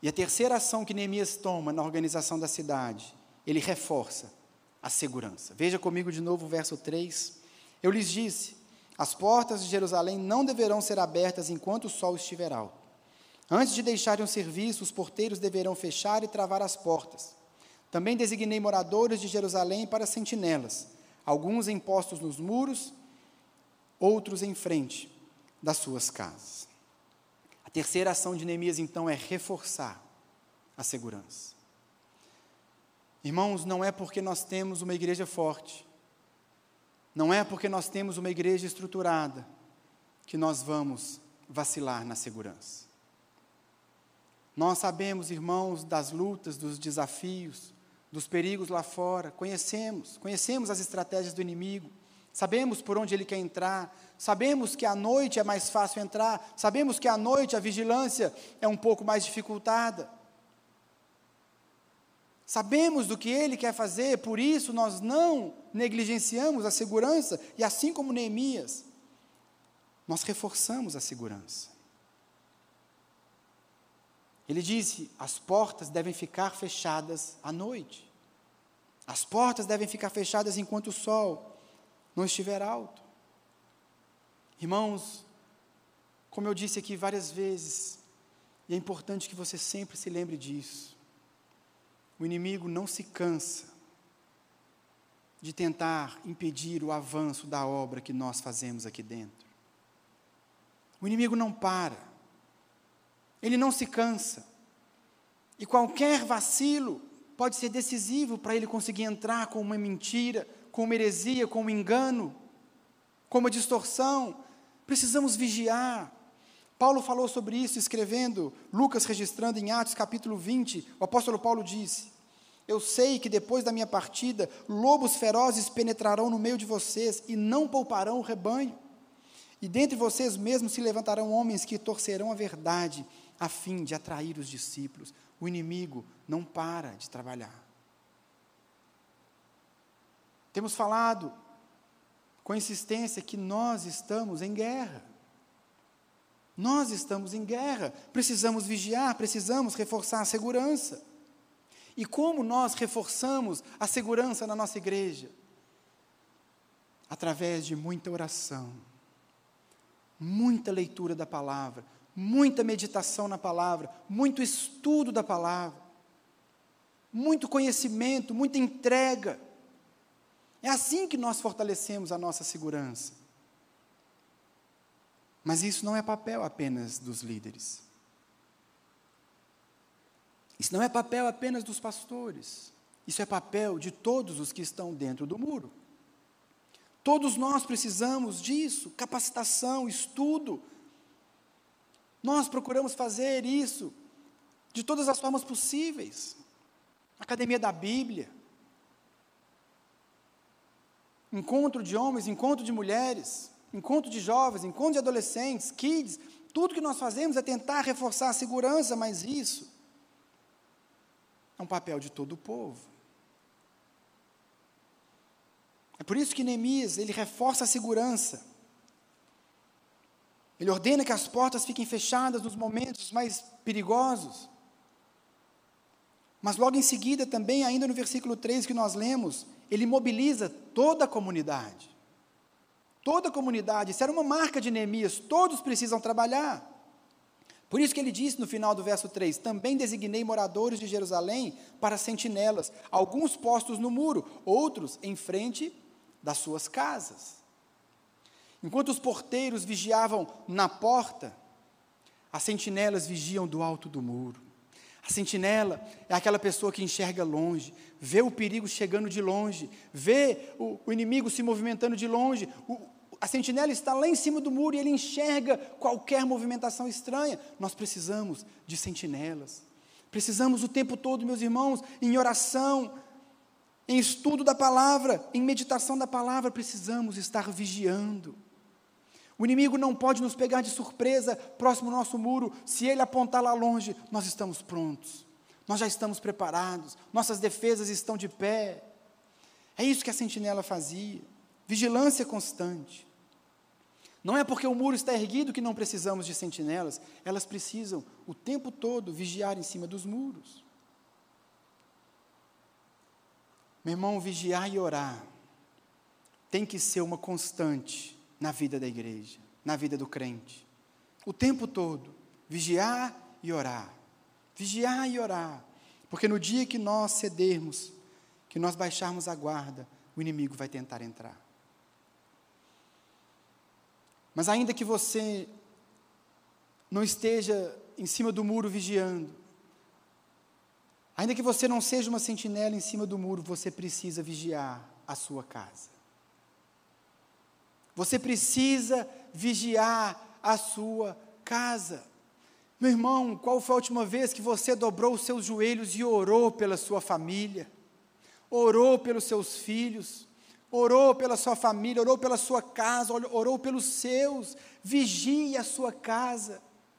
E a terceira ação que Neemias toma na organização da cidade, ele reforça a segurança. Veja comigo de novo o verso três. Eu lhes disse, as portas de Jerusalém não deverão ser abertas enquanto o sol estiver alto. Antes de deixarem o serviço, os porteiros deverão fechar e travar as portas. Também designei moradores de Jerusalém para sentinelas, alguns em postos nos muros, outros em frente das suas casas. A terceira ação de Neemias, então, é reforçar a segurança. Irmãos, não é porque nós temos uma igreja forte, não é porque nós temos uma igreja estruturada, que nós vamos vacilar na segurança. Nós sabemos, irmãos, das lutas, dos desafios, dos perigos lá fora, conhecemos, conhecemos as estratégias do inimigo, sabemos por onde ele quer entrar, sabemos que à noite é mais fácil entrar, sabemos que à noite a vigilância é um pouco mais dificultada. Sabemos do que ele quer fazer, por isso nós não negligenciamos a segurança, e assim como Neemias, nós reforçamos a segurança. Ele disse, as portas devem ficar fechadas à noite. As portas devem ficar fechadas enquanto o sol não estiver alto. Irmãos, como eu disse aqui várias vezes, e é importante que você sempre se lembre disso, o inimigo não se cansa de tentar impedir o avanço da obra que nós fazemos aqui dentro. O inimigo não para, ele não se cansa, e qualquer vacilo pode ser decisivo para ele conseguir entrar com uma mentira, com uma heresia, com um engano, com uma distorção. Precisamos vigiar. Paulo falou sobre isso escrevendo, Lucas registrando em Atos capítulo vinte, o apóstolo Paulo disse, eu sei que depois da minha partida, lobos ferozes penetrarão no meio de vocês e não pouparão o rebanho. E dentre vocês mesmos se levantarão homens que torcerão a verdade, a fim de atrair os discípulos. O inimigo não para de trabalhar. Temos falado com insistência que nós estamos em guerra. Nós estamos em guerra, precisamos vigiar, precisamos reforçar a segurança. E como nós reforçamos a segurança na nossa igreja? Através de muita oração, muita leitura da palavra, muita meditação na palavra, muito estudo da palavra, muito conhecimento, muita entrega. É assim que nós fortalecemos a nossa segurança. Mas isso não é papel apenas dos líderes. Isso não é papel apenas dos pastores. Isso é papel de todos os que estão dentro do muro. Todos nós precisamos disso, capacitação, estudo. Nós procuramos fazer isso de todas as formas possíveis. Academia da Bíblia, encontro de homens, encontro de mulheres, encontro de jovens, encontro de adolescentes, kids, tudo que nós fazemos é tentar reforçar a segurança, mas isso é um papel de todo o povo. É por isso que Neemias, ele reforça a segurança. Ele ordena que as portas fiquem fechadas nos momentos mais perigosos. Mas logo em seguida também, ainda no versículo três que nós lemos, ele mobiliza toda a comunidade. Toda a comunidade, isso era uma marca de Neemias, todos precisam trabalhar. Por isso que ele disse no final do verso três, também designei moradores de Jerusalém para sentinelas, alguns postos no muro, outros em frente das suas casas. Enquanto os porteiros vigiavam na porta, as sentinelas vigiam do alto do muro. A sentinela é aquela pessoa que enxerga longe, vê o perigo chegando de longe, vê o, o inimigo se movimentando de longe. O, a sentinela está lá em cima do muro e ele enxerga qualquer movimentação estranha. Nós precisamos de sentinelas. Precisamos o tempo todo, meus irmãos, em oração, em estudo da palavra, em meditação da palavra, precisamos estar vigiando. O inimigo não pode nos pegar de surpresa próximo ao nosso muro. Se ele apontar lá longe, nós estamos prontos. Nós já estamos preparados. Nossas defesas estão de pé. É isso que a sentinela fazia. Vigilância constante. Não é porque o muro está erguido que não precisamos de sentinelas, elas precisam o tempo todo vigiar em cima dos muros. Meu irmão, vigiar e orar tem que ser uma constante na vida da igreja, na vida do crente. O tempo todo, vigiar e orar. Vigiar e orar. Porque no dia que nós cedermos, que nós baixarmos a guarda, o inimigo vai tentar entrar. Mas ainda que você não esteja em cima do muro vigiando, ainda que você não seja uma sentinela em cima do muro, você precisa vigiar a sua casa. Você precisa vigiar a sua casa. Meu irmão, qual foi a última vez que você dobrou os seus joelhos e orou pela sua família? Orou pelos seus filhos? Orou pela sua família? Orou pela sua casa? Orou pelos seus? Vigie a sua casa.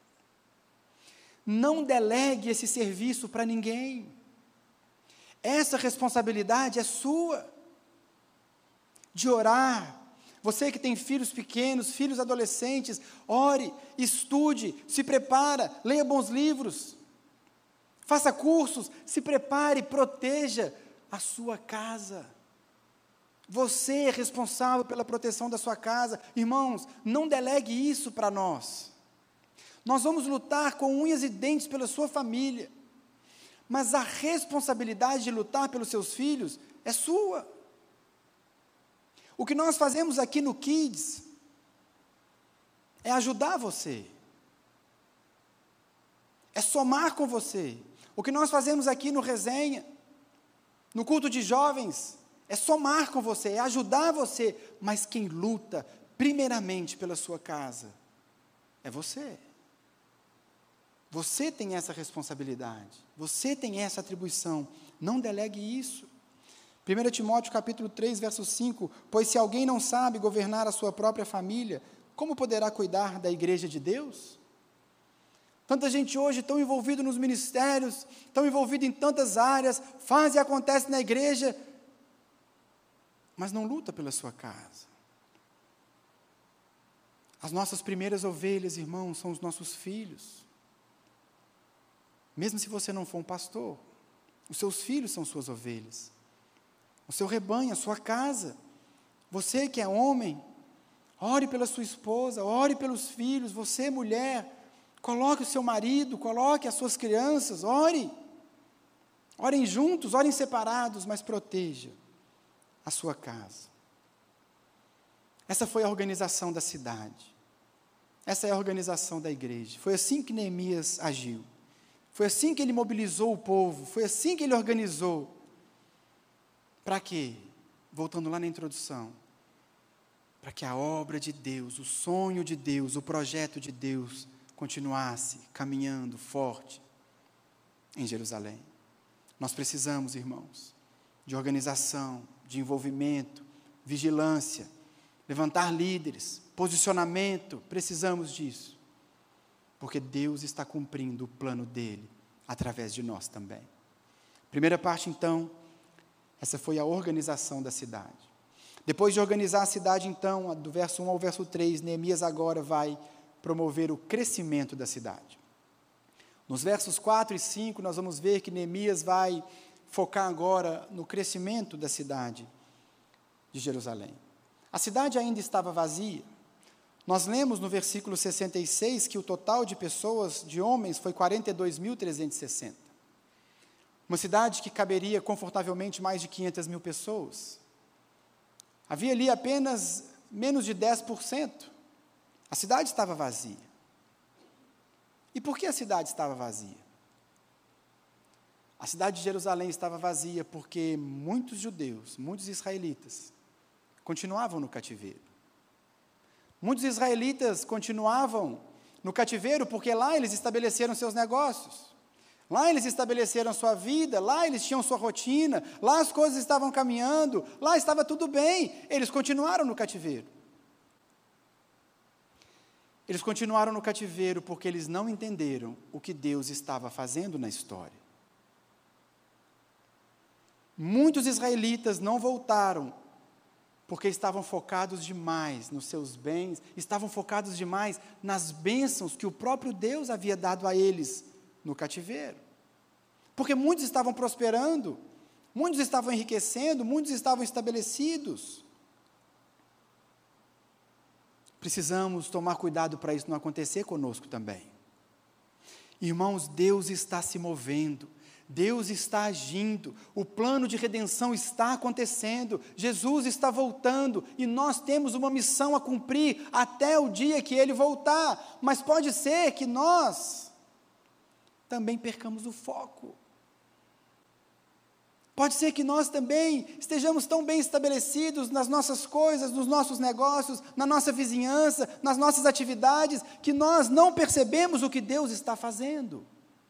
Não delegue esse serviço para ninguém. Essa responsabilidade é sua, de orar. Você que tem filhos pequenos, filhos adolescentes, ore, estude, se prepara, leia bons livros, faça cursos, se prepare, proteja a sua casa. Você é responsável pela proteção da sua casa. Irmãos, não delegue isso para nós. Nós vamos lutar com unhas e dentes pela sua família, mas a responsabilidade de lutar pelos seus filhos é sua. O que nós fazemos aqui no Kids é ajudar você, é somar com você. O que nós fazemos aqui no Resenha, no culto de jovens, é somar com você, é ajudar você, mas quem luta primeiramente pela sua casa é você. Você tem essa responsabilidade, você tem essa atribuição, não delegue isso. primeiro Timóteo capítulo três, verso cinco, pois se alguém não sabe governar a sua própria família, como poderá cuidar da igreja de Deus? Tanta gente hoje tão envolvida nos ministérios, tão envolvida em tantas áreas, faz e acontece na igreja, mas não luta pela sua casa. As nossas primeiras ovelhas, irmãos, são os nossos filhos. Mesmo se você não for um pastor, os seus filhos são suas ovelhas. O seu rebanho, a sua casa. Você que é homem, ore pela sua esposa, ore pelos filhos. Você, mulher, coloque o seu marido, coloque as suas crianças, ore. Orem juntos, orem separados, mas proteja a sua casa. Essa foi a organização da cidade. Essa é a organização da igreja. Foi assim que Neemias agiu. Foi assim que ele mobilizou o povo. Foi assim que ele organizou. Para quê? Voltando lá na introdução. Para que a obra de Deus, o sonho de Deus, o projeto de Deus continuasse caminhando forte em Jerusalém. Nós precisamos, irmãos, de organização, de envolvimento, vigilância, levantar líderes, posicionamento, precisamos disso. Porque Deus está cumprindo o plano dele através de nós também. Primeira parte, então, essa foi a organização da cidade. Depois de organizar a cidade, então, do verso um ao verso três, Neemias agora vai promover o crescimento da cidade. Nos versos quatro e cinco, nós vamos ver que Neemias vai focar agora no crescimento da cidade de Jerusalém. A cidade ainda estava vazia. Nós lemos no versículo sessenta e seis que o total de pessoas, de homens, foi quarenta e dois mil trezentos e sessenta. Uma cidade que caberia confortavelmente mais de quinhentas mil pessoas. Havia ali apenas menos de dez por cento. A cidade estava vazia. E por que a cidade estava vazia? A cidade de Jerusalém estava vazia porque muitos judeus, muitos israelitas, continuavam no cativeiro. Muitos israelitas continuavam no cativeiro porque lá eles estabeleceram seus negócios. Lá eles estabeleceram sua vida, lá eles tinham sua rotina, lá as coisas estavam caminhando, lá estava tudo bem. Eles continuaram no cativeiro. Eles continuaram no cativeiro porque eles não entenderam o que Deus estava fazendo na história. Muitos israelitas não voltaram porque estavam focados demais nos seus bens, estavam focados demais nas bênçãos que o próprio Deus havia dado a eles no cativeiro. Porque muitos estavam prosperando, muitos estavam enriquecendo, muitos estavam estabelecidos. Precisamos tomar cuidado para isso não acontecer conosco também. Irmãos, Deus está se movendo, Deus está agindo, o plano de redenção está acontecendo, Jesus está voltando e nós temos uma missão a cumprir até o dia que Ele voltar, mas pode ser que nós também percamos o foco. Pode ser que nós também estejamos tão bem estabelecidos nas nossas coisas, nos nossos negócios, na nossa vizinhança, nas nossas atividades, que nós não percebemos o que Deus está fazendo.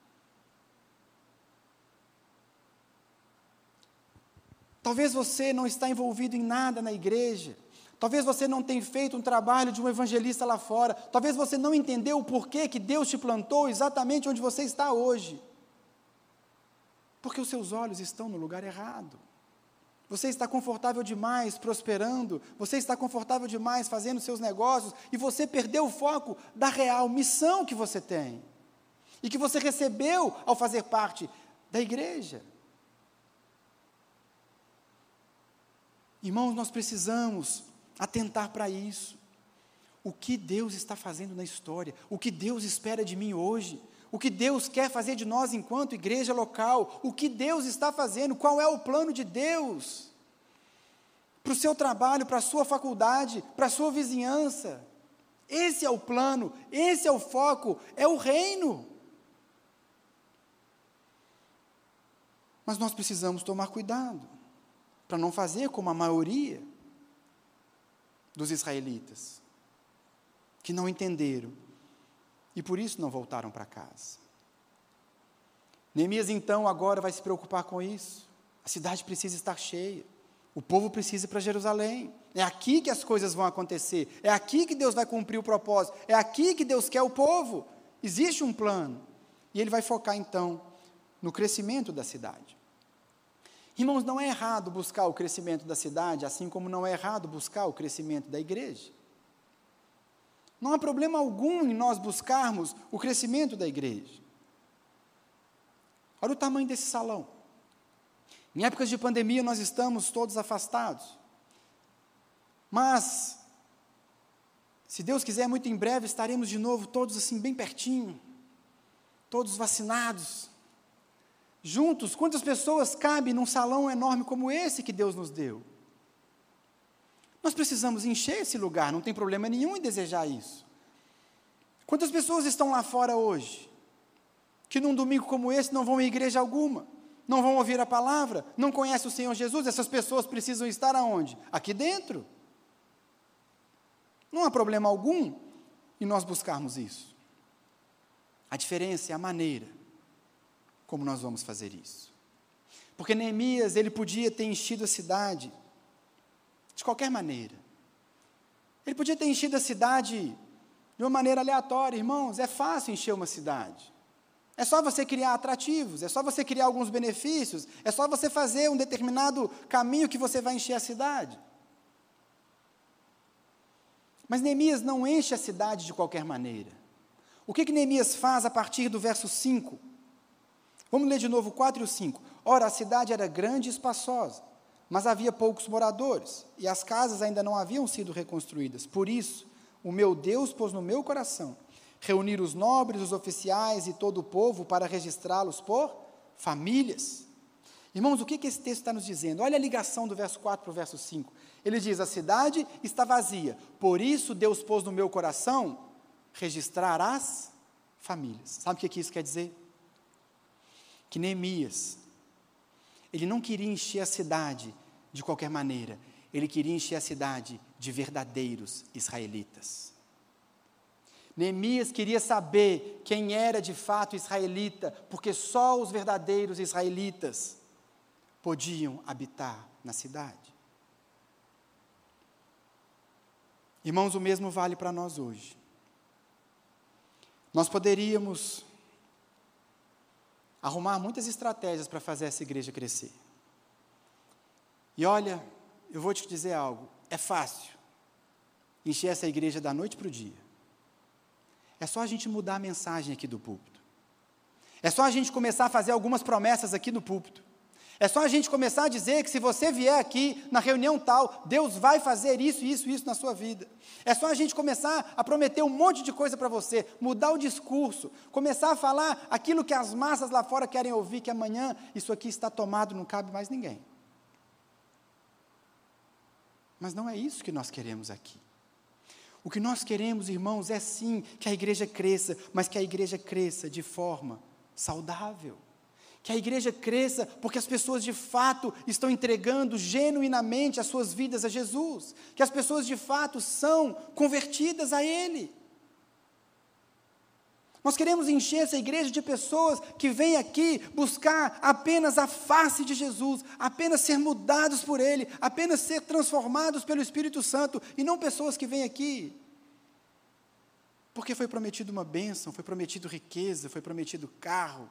Talvez você não está envolvido em nada na igreja, talvez você não tenha feito um trabalho de um evangelista lá fora, talvez você não entendeu o porquê que Deus te plantou exatamente onde você está hoje. Porque os seus olhos estão no lugar errado. Você está confortável demais prosperando, você está confortável demais fazendo seus negócios, e você perdeu o foco da real missão que você tem, e que você recebeu ao fazer parte da igreja. Irmãos, nós precisamos atentar para isso. O que Deus está fazendo na história, o que Deus espera de mim hoje, o que Deus quer fazer de nós enquanto igreja local, o que Deus está fazendo, qual é o plano de Deus para o seu trabalho, para a sua faculdade, para a sua vizinhança. Esse é o plano, esse é o foco, é o reino. Mas nós precisamos tomar cuidado, para não fazer como a maioria dos israelitas, que não entenderam, e por isso não voltaram para casa. Neemias, então, agora vai se preocupar com isso. A cidade precisa estar cheia. O povo precisa ir para Jerusalém. É aqui que as coisas vão acontecer. É aqui que Deus vai cumprir o propósito. É aqui que Deus quer o povo. Existe um plano. E ele vai focar, então, no crescimento da cidade. Irmãos, não é errado buscar o crescimento da cidade, assim como não é errado buscar o crescimento da igreja. Não há problema algum em nós buscarmos o crescimento da igreja. Olha o tamanho desse salão. Em épocas de pandemia, nós estamos todos afastados. Mas, se Deus quiser, muito em breve, estaremos de novo todos assim, bem pertinho, todos vacinados, juntos. Quantas pessoas cabem num salão enorme como esse que Deus nos deu? Nós precisamos encher esse lugar, não tem problema nenhum em desejar isso. Quantas pessoas estão lá fora hoje, que num domingo como esse não vão em igreja alguma, não vão ouvir a palavra, não conhecem o Senhor Jesus? Essas pessoas precisam estar aonde? Aqui dentro. Não há problema algum em nós buscarmos isso. A diferença é a maneira como nós vamos fazer isso. Porque Neemias, ele podia ter enchido a cidade de qualquer maneira. Ele podia ter enchido a cidade de uma maneira aleatória. Irmãos, é fácil encher uma cidade. É só você criar atrativos, é só você criar alguns benefícios, é só você fazer um determinado caminho que você vai encher a cidade. Mas Neemias não enche a cidade de qualquer maneira. O que que Neemias faz a partir do verso cinco? Vamos ler de novo o quatro e o cinco. Ora, a cidade era grande e espaçosa, mas havia poucos moradores, e as casas ainda não haviam sido reconstruídas. Por isso, o meu Deus pôs no meu coração reunir os nobres, os oficiais e todo o povo para registrá-los por famílias. Irmãos, o que que esse texto está nos dizendo? Olha a ligação do verso quatro para o verso cinco. Ele diz, a cidade está vazia, por isso Deus pôs no meu coração registrar as famílias. Sabe o que que isso quer dizer? Que Neemias, ele não queria encher a cidade de qualquer maneira, ele queria encher a cidade de verdadeiros israelitas. Neemias queria saber quem era de fato israelita, porque só os verdadeiros israelitas podiam habitar na cidade. Irmãos, o mesmo vale para nós hoje. Nós poderíamos arrumar muitas estratégias para fazer essa igreja crescer. E olha, eu vou te dizer algo, é fácil encher essa igreja da noite para o dia. É só a gente mudar a mensagem aqui do púlpito. É só a gente começar a fazer algumas promessas aqui no púlpito. É só a gente começar a dizer que se você vier aqui na reunião tal, Deus vai fazer isso, isso, isso na sua vida. É só a gente começar a prometer um monte de coisa para você, mudar o discurso, começar a falar aquilo que as massas lá fora querem ouvir, que amanhã isso aqui está tomado, não cabe mais ninguém. Mas não é isso que nós queremos aqui. O que nós queremos, irmãos, é sim que a igreja cresça, mas que a igreja cresça de forma saudável. Que a igreja cresça porque as pessoas de fato estão entregando genuinamente as suas vidas a Jesus. Que as pessoas de fato são convertidas a Ele. Nós queremos encher essa igreja de pessoas que vêm aqui buscar apenas a face de Jesus, apenas ser mudados por Ele, apenas ser transformados pelo Espírito Santo, e não pessoas que vêm aqui porque foi prometido uma bênção, foi prometido riqueza, foi prometido carro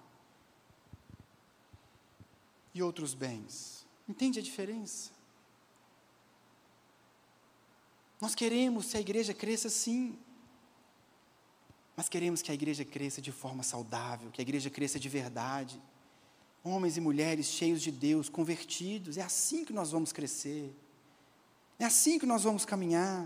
e outros bens. Entende a diferença? Nós queremos que a igreja cresça sim, mas queremos que a igreja cresça de forma saudável, que a igreja cresça de verdade. Homens e mulheres cheios de Deus, convertidos. É assim que nós vamos crescer. É assim que nós vamos caminhar.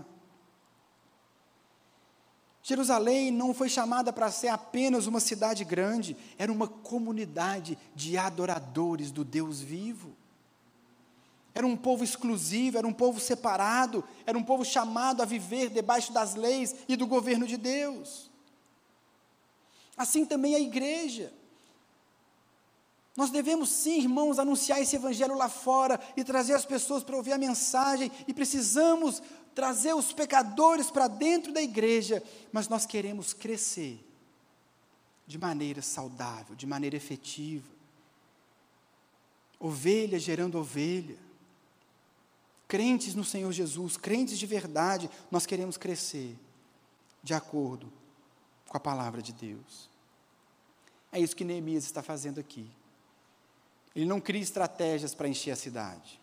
Jerusalém não foi chamada para ser apenas uma cidade grande, era uma comunidade de adoradores do Deus vivo. Era um povo exclusivo, era um povo separado, era um povo chamado a viver debaixo das leis e do governo de Deus. Assim também a igreja. Nós devemos sim, irmãos, anunciar esse evangelho lá fora e trazer as pessoas para ouvir a mensagem, e precisamos trazer os pecadores para dentro da igreja, mas nós queremos crescer de maneira saudável, de maneira efetiva. Ovelha gerando ovelha. Crentes no Senhor Jesus, crentes de verdade, nós queremos crescer de acordo com a palavra de Deus. É isso que Neemias está fazendo aqui. Ele não cria estratégias para encher a cidade.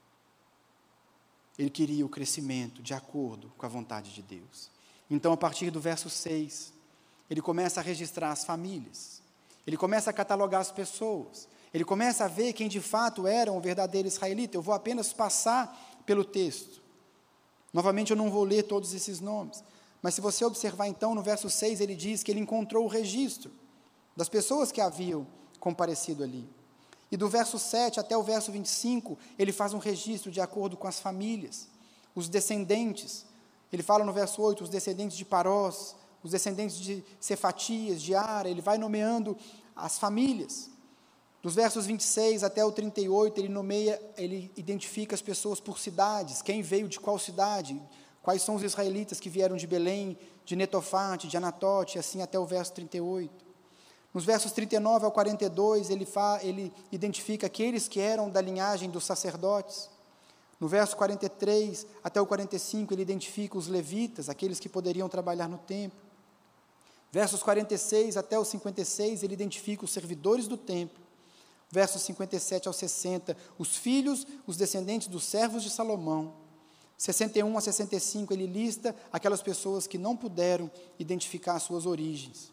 Ele queria o crescimento de acordo com a vontade de Deus. Então, a partir do verso seis, ele começa a registrar as famílias. Ele começa a catalogar as pessoas. Ele começa a ver quem de fato era um verdadeiro israelita. Eu vou apenas passar pelo texto. Novamente, eu não vou ler todos esses nomes. Mas se você observar então, no verso seis, ele diz que ele encontrou o registro das pessoas que haviam comparecido ali. E do verso sete até o verso vinte e cinco, ele faz um registro de acordo com as famílias, os descendentes. Ele fala no verso oito, os descendentes de Parós, os descendentes de Cefatias, de Ara, ele vai nomeando as famílias. Dos versos vinte e seis até o trinta e oito, ele nomeia, ele identifica as pessoas por cidades, quem veio de qual cidade, quais são os israelitas que vieram de Belém, de Netofate, de Anatote, assim até o verso trinta e oito. Nos versos trinta e nove ao quarenta e dois, ele, fa, ele identifica aqueles que eram da linhagem dos sacerdotes. No verso quarenta e três até o quarenta e cinco, ele identifica os levitas, aqueles que poderiam trabalhar no templo. Versos quarenta e seis até o cinquenta e seis, ele identifica os servidores do templo. Versos cinquenta e sete ao sessenta, os filhos, os descendentes dos servos de Salomão. sessenta e um a sessenta e cinco, ele lista aquelas pessoas que não puderam identificar as suas origens.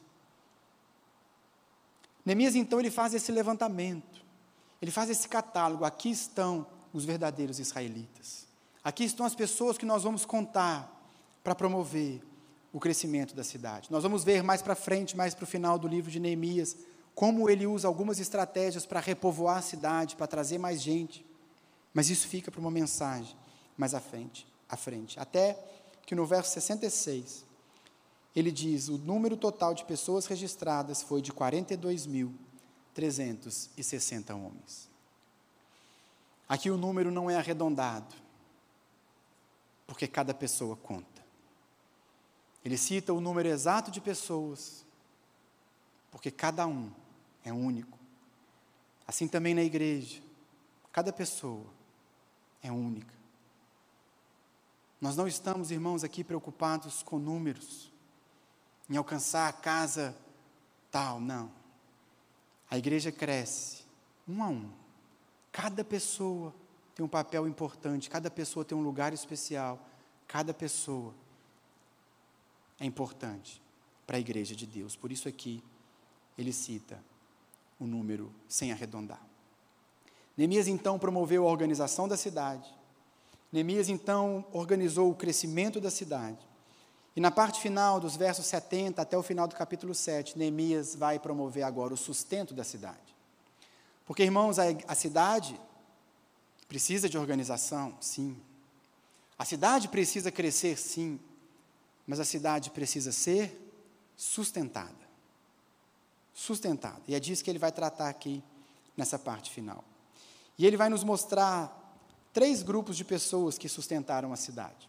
Neemias, então, ele faz esse levantamento, ele faz esse catálogo. Aqui estão os verdadeiros israelitas. Aqui estão as pessoas que nós vamos contar para promover o crescimento da cidade. Nós vamos ver mais para frente, mais para o final do livro de Neemias, como ele usa algumas estratégias para repovoar a cidade, para trazer mais gente. Mas isso fica para uma mensagem mais à frente, à frente. Até que no verso sessenta e seis, ele diz, o número total de pessoas registradas foi de quarenta e dois mil, trezentos e sessenta homens. Aqui o número não é arredondado, porque cada pessoa conta. Ele cita o número exato de pessoas, porque cada um é único. Assim também na igreja, cada pessoa é única. Nós não estamos, irmãos, aqui preocupados com números, em alcançar a casa tal, não. A igreja cresce, um a um. Cada pessoa tem um papel importante, cada pessoa tem um lugar especial, cada pessoa é importante para a igreja de Deus. Por isso aqui ele cita o número sem arredondar. Neemias então promoveu a organização da cidade. Neemias então organizou o crescimento da cidade. E na parte final, dos versos setenta até o final do capítulo sete, Neemias vai promover agora o sustento da cidade. Porque, irmãos, a, a cidade precisa de organização, sim. A cidade precisa crescer, sim. Mas a cidade precisa ser sustentada. Sustentada. E é disso que ele vai tratar aqui nessa parte final. E ele vai nos mostrar três grupos de pessoas que sustentaram a cidade.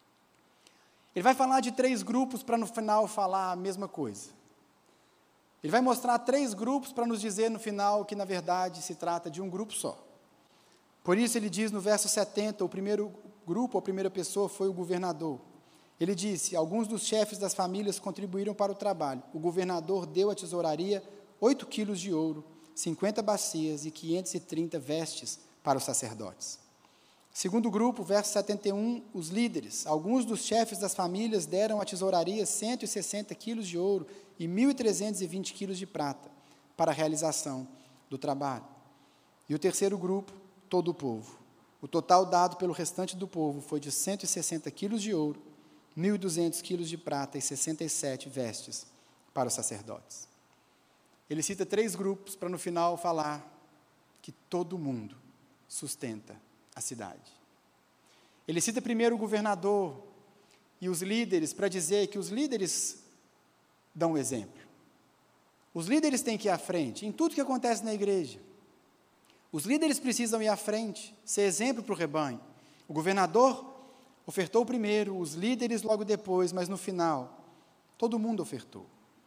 Ele vai falar de três grupos para no final falar a mesma coisa. Ele vai mostrar três grupos para nos dizer no final que na verdade se trata de um grupo só. Por isso ele diz no verso setenta, o primeiro grupo, a primeira pessoa foi o governador. Ele disse, alguns dos chefes das famílias contribuíram para o trabalho. O governador deu à tesouraria oito quilos de ouro, cinquenta bacias e quinhentas e trinta vestes para os sacerdotes. Segundo grupo, verso setenta e um, os líderes. Alguns dos chefes das famílias deram à tesouraria cento e sessenta quilos de ouro e mil trezentos e vinte quilos de prata para a realização do trabalho. E o terceiro grupo, todo o povo. O total dado pelo restante do povo foi de cento e sessenta quilos de ouro, mil e duzentos quilos de prata e sessenta e sete vestes para os sacerdotes. Ele cita três grupos para no final falar que todo mundo sustenta a cidade. Ele cita primeiro o governador e os líderes para dizer que os líderes dão o exemplo. Os líderes têm que ir à frente em tudo que acontece na igreja. Os líderes precisam ir à frente, ser exemplo para o rebanho. O governador ofertou primeiro, os líderes logo depois, mas no final, todo mundo ofertou.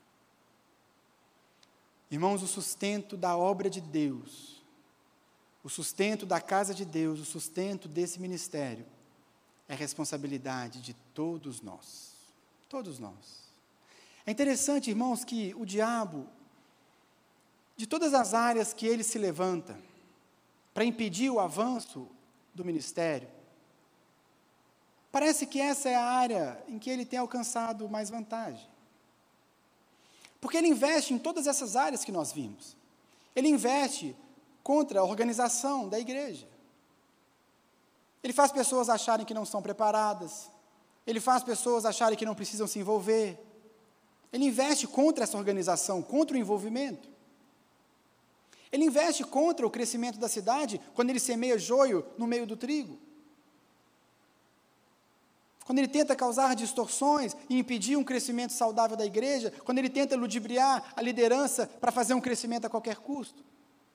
Irmãos, o sustento da obra de Deus, o sustento da casa de Deus, o sustento desse ministério, é responsabilidade de todos nós. Todos nós. É interessante, irmãos, que o diabo, de todas as áreas que ele se levanta, para impedir o avanço do ministério, parece que essa é a área em que ele tem alcançado mais vantagem. Porque ele investe em todas essas áreas que nós vimos. Ele investe contra a organização da igreja. Ele faz pessoas acharem que não são preparadas. Ele faz pessoas acharem que não precisam se envolver. Ele investe contra essa organização, contra o envolvimento. Ele investe contra o crescimento da cidade quando ele semeia joio no meio do trigo. Quando ele tenta causar distorções e impedir um crescimento saudável da igreja, quando ele tenta ludibriar a liderança para fazer um crescimento a qualquer custo.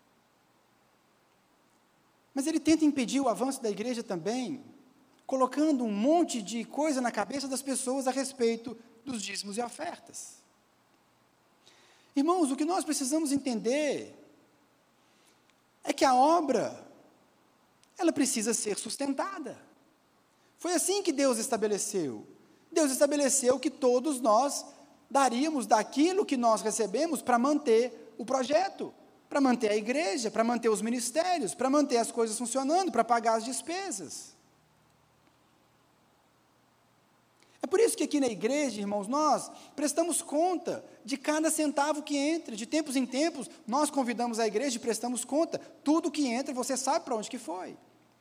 Mas ele tenta impedir o avanço da igreja também, colocando um monte de coisa na cabeça das pessoas a respeito dos dízimos e ofertas. Irmãos, o que nós precisamos entender é que a obra, ela precisa ser sustentada. Foi assim que Deus estabeleceu. Deus estabeleceu que todos nós daríamos daquilo que nós recebemos para manter o projeto, para manter a igreja, para manter os ministérios, para manter as coisas funcionando, para pagar as despesas. É por isso que aqui na igreja, irmãos, nós prestamos conta de cada centavo que entra. De tempos em tempos, nós convidamos a igreja e prestamos conta. Tudo que entra, você sabe para onde que foi.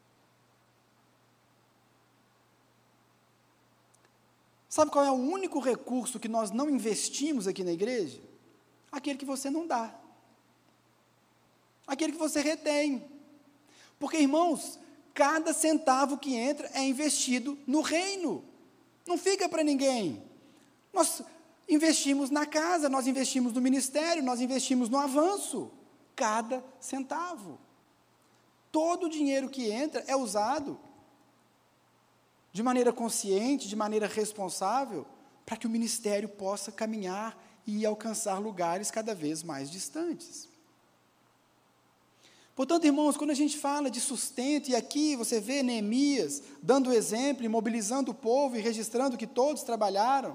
Sabe qual é o único recurso que nós não investimos aqui na igreja? Aquele que você não dá. Aquele que você retém. Porque, irmãos, cada centavo que entra é investido no reino. Não fica para ninguém. Nós investimos na casa, nós investimos no ministério, nós investimos no avanço. Cada centavo. Todo o dinheiro que entra é usado de maneira consciente, de maneira responsável, para que o ministério possa caminhar e alcançar lugares cada vez mais distantes. Portanto, irmãos, quando a gente fala de sustento, e aqui você vê Neemias dando exemplo, e mobilizando o povo e registrando que todos trabalharam,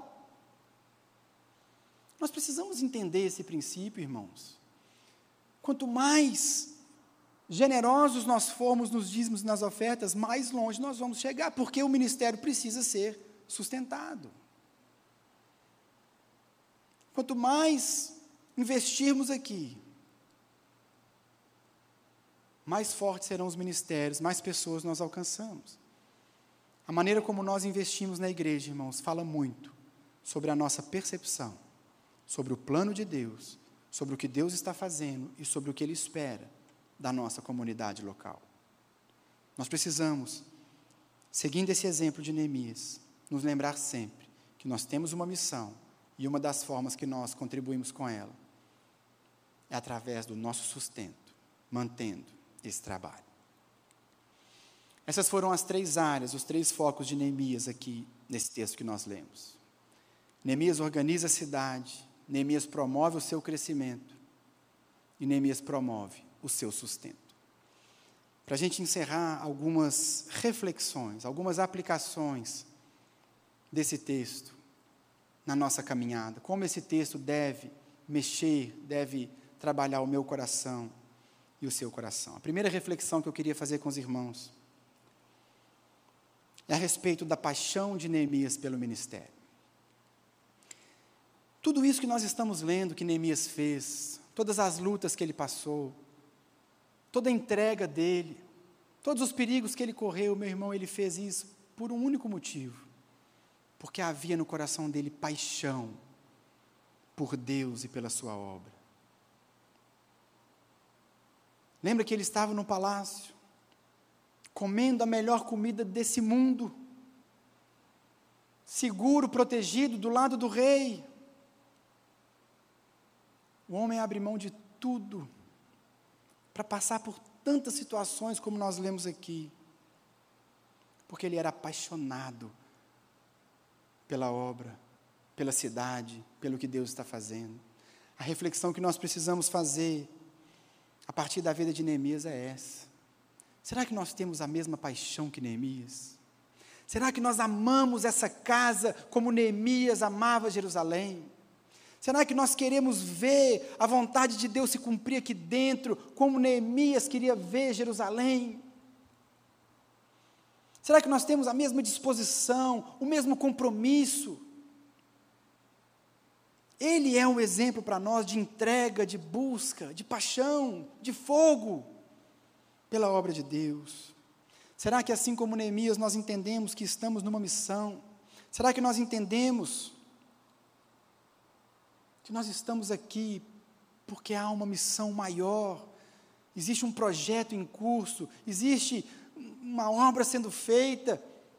nós precisamos entender esse princípio, irmãos. Quanto mais generosos nós formos nos dízimos e nas ofertas, mais longe nós vamos chegar, porque o ministério precisa ser sustentado. Quanto mais investirmos aqui, mais fortes serão os ministérios, mais pessoas nós alcançamos. A maneira como nós investimos na igreja, irmãos, fala muito sobre a nossa percepção, sobre o plano de Deus, sobre o que Deus está fazendo e sobre o que Ele espera da nossa comunidade local. Nós precisamos, seguindo esse exemplo de Neemias, nos lembrar sempre que nós temos uma missão e uma das formas que nós contribuímos com ela é através do nosso sustento, mantendo esse trabalho. Essas foram as três áreas, os três focos de Neemias aqui nesse texto que nós lemos. Neemias organiza a cidade, Neemias promove o seu crescimento e Neemias promove o seu sustento. Para a gente encerrar algumas reflexões, algumas aplicações desse texto na nossa caminhada, como esse texto deve mexer, deve trabalhar o meu coração e o seu coração. A primeira reflexão que eu queria fazer com os irmãos é a respeito da paixão de Neemias pelo ministério. Tudo isso que nós estamos lendo que Neemias fez, todas as lutas que ele passou, toda a entrega dele, todos os perigos que ele correu, meu irmão, ele fez isso por um único motivo, porque havia no coração dele paixão por Deus e pela sua obra. Lembra que ele estava no palácio, comendo a melhor comida desse mundo, seguro, protegido, do lado do rei. O homem abre mão de tudo para passar por tantas situações como nós lemos aqui, porque ele era apaixonado pela obra, pela cidade, pelo que Deus está fazendo. A reflexão que nós precisamos fazer a partir da vida de Neemias é essa. Será que nós temos a mesma paixão que Neemias? Será que nós amamos essa casa como Neemias amava Jerusalém? Será que nós queremos ver a vontade de Deus se cumprir aqui dentro, como Neemias queria ver Jerusalém? Será que nós temos a mesma disposição, o mesmo compromisso? Ele é um exemplo para nós de entrega, de busca, de paixão, de fogo pela obra de Deus. Será que assim como Neemias nós entendemos que estamos numa missão? Será que nós entendemos que nós estamos aqui porque há uma missão maior, existe um projeto em curso, existe uma obra sendo feita?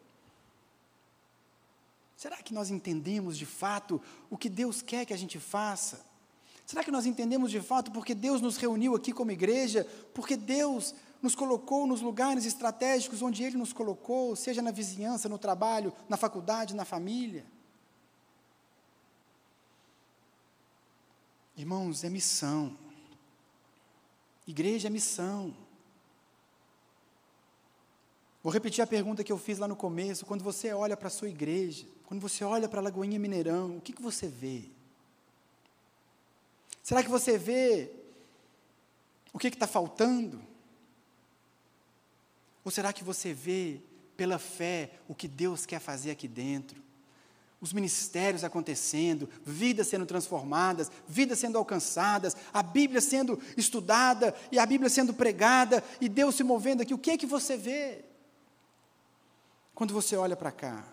Será que nós entendemos de fato o que Deus quer que a gente faça? Será que nós entendemos de fato porque Deus nos reuniu aqui como igreja, porque Deus nos colocou nos lugares estratégicos onde Ele nos colocou, seja na vizinhança, no trabalho, na faculdade, na família? Irmãos, é missão. Igreja é missão. Vou repetir a pergunta que eu fiz lá no começo. Quando você olha para a sua igreja, quando você olha para a Lagoinha Mineirão, o que, que você vê? Será que você vê o que está faltando? Ou será que você vê, pela fé, o que Deus quer fazer aqui dentro? Os ministérios acontecendo, vidas sendo transformadas, vidas sendo alcançadas, a Bíblia sendo estudada e a Bíblia sendo pregada e Deus se movendo aqui. O que é que você vê quando você olha para cá?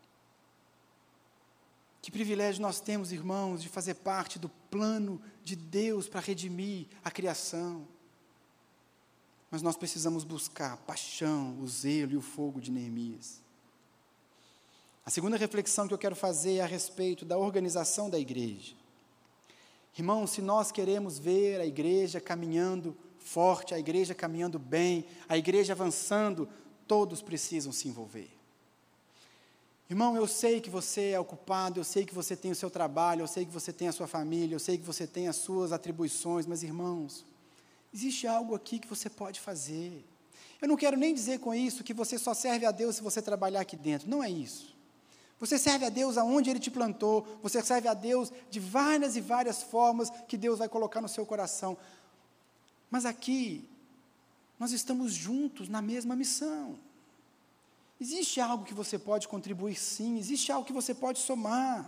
Que privilégio nós temos, irmãos, de fazer parte do plano de Deus para redimir a criação. Mas nós precisamos buscar a paixão, o zelo e o fogo de Neemias. A segunda reflexão que eu quero fazer é a respeito da organização da igreja. Irmãos, se nós queremos ver a igreja caminhando forte, a igreja caminhando bem, a igreja avançando, todos precisam se envolver. Irmão, eu sei que você é ocupado, eu sei que você tem o seu trabalho, eu sei que você tem a sua família, eu sei que você tem as suas atribuições, mas, irmãos, existe algo aqui que você pode fazer. Eu não quero nem dizer com isso que você só serve a Deus se você trabalhar aqui dentro, não é isso. Você serve a Deus aonde Ele te plantou, você serve a Deus de várias e várias formas que Deus vai colocar no seu coração. Mas aqui, nós estamos juntos na mesma missão. Existe algo que você pode contribuir, sim, existe algo que você pode somar.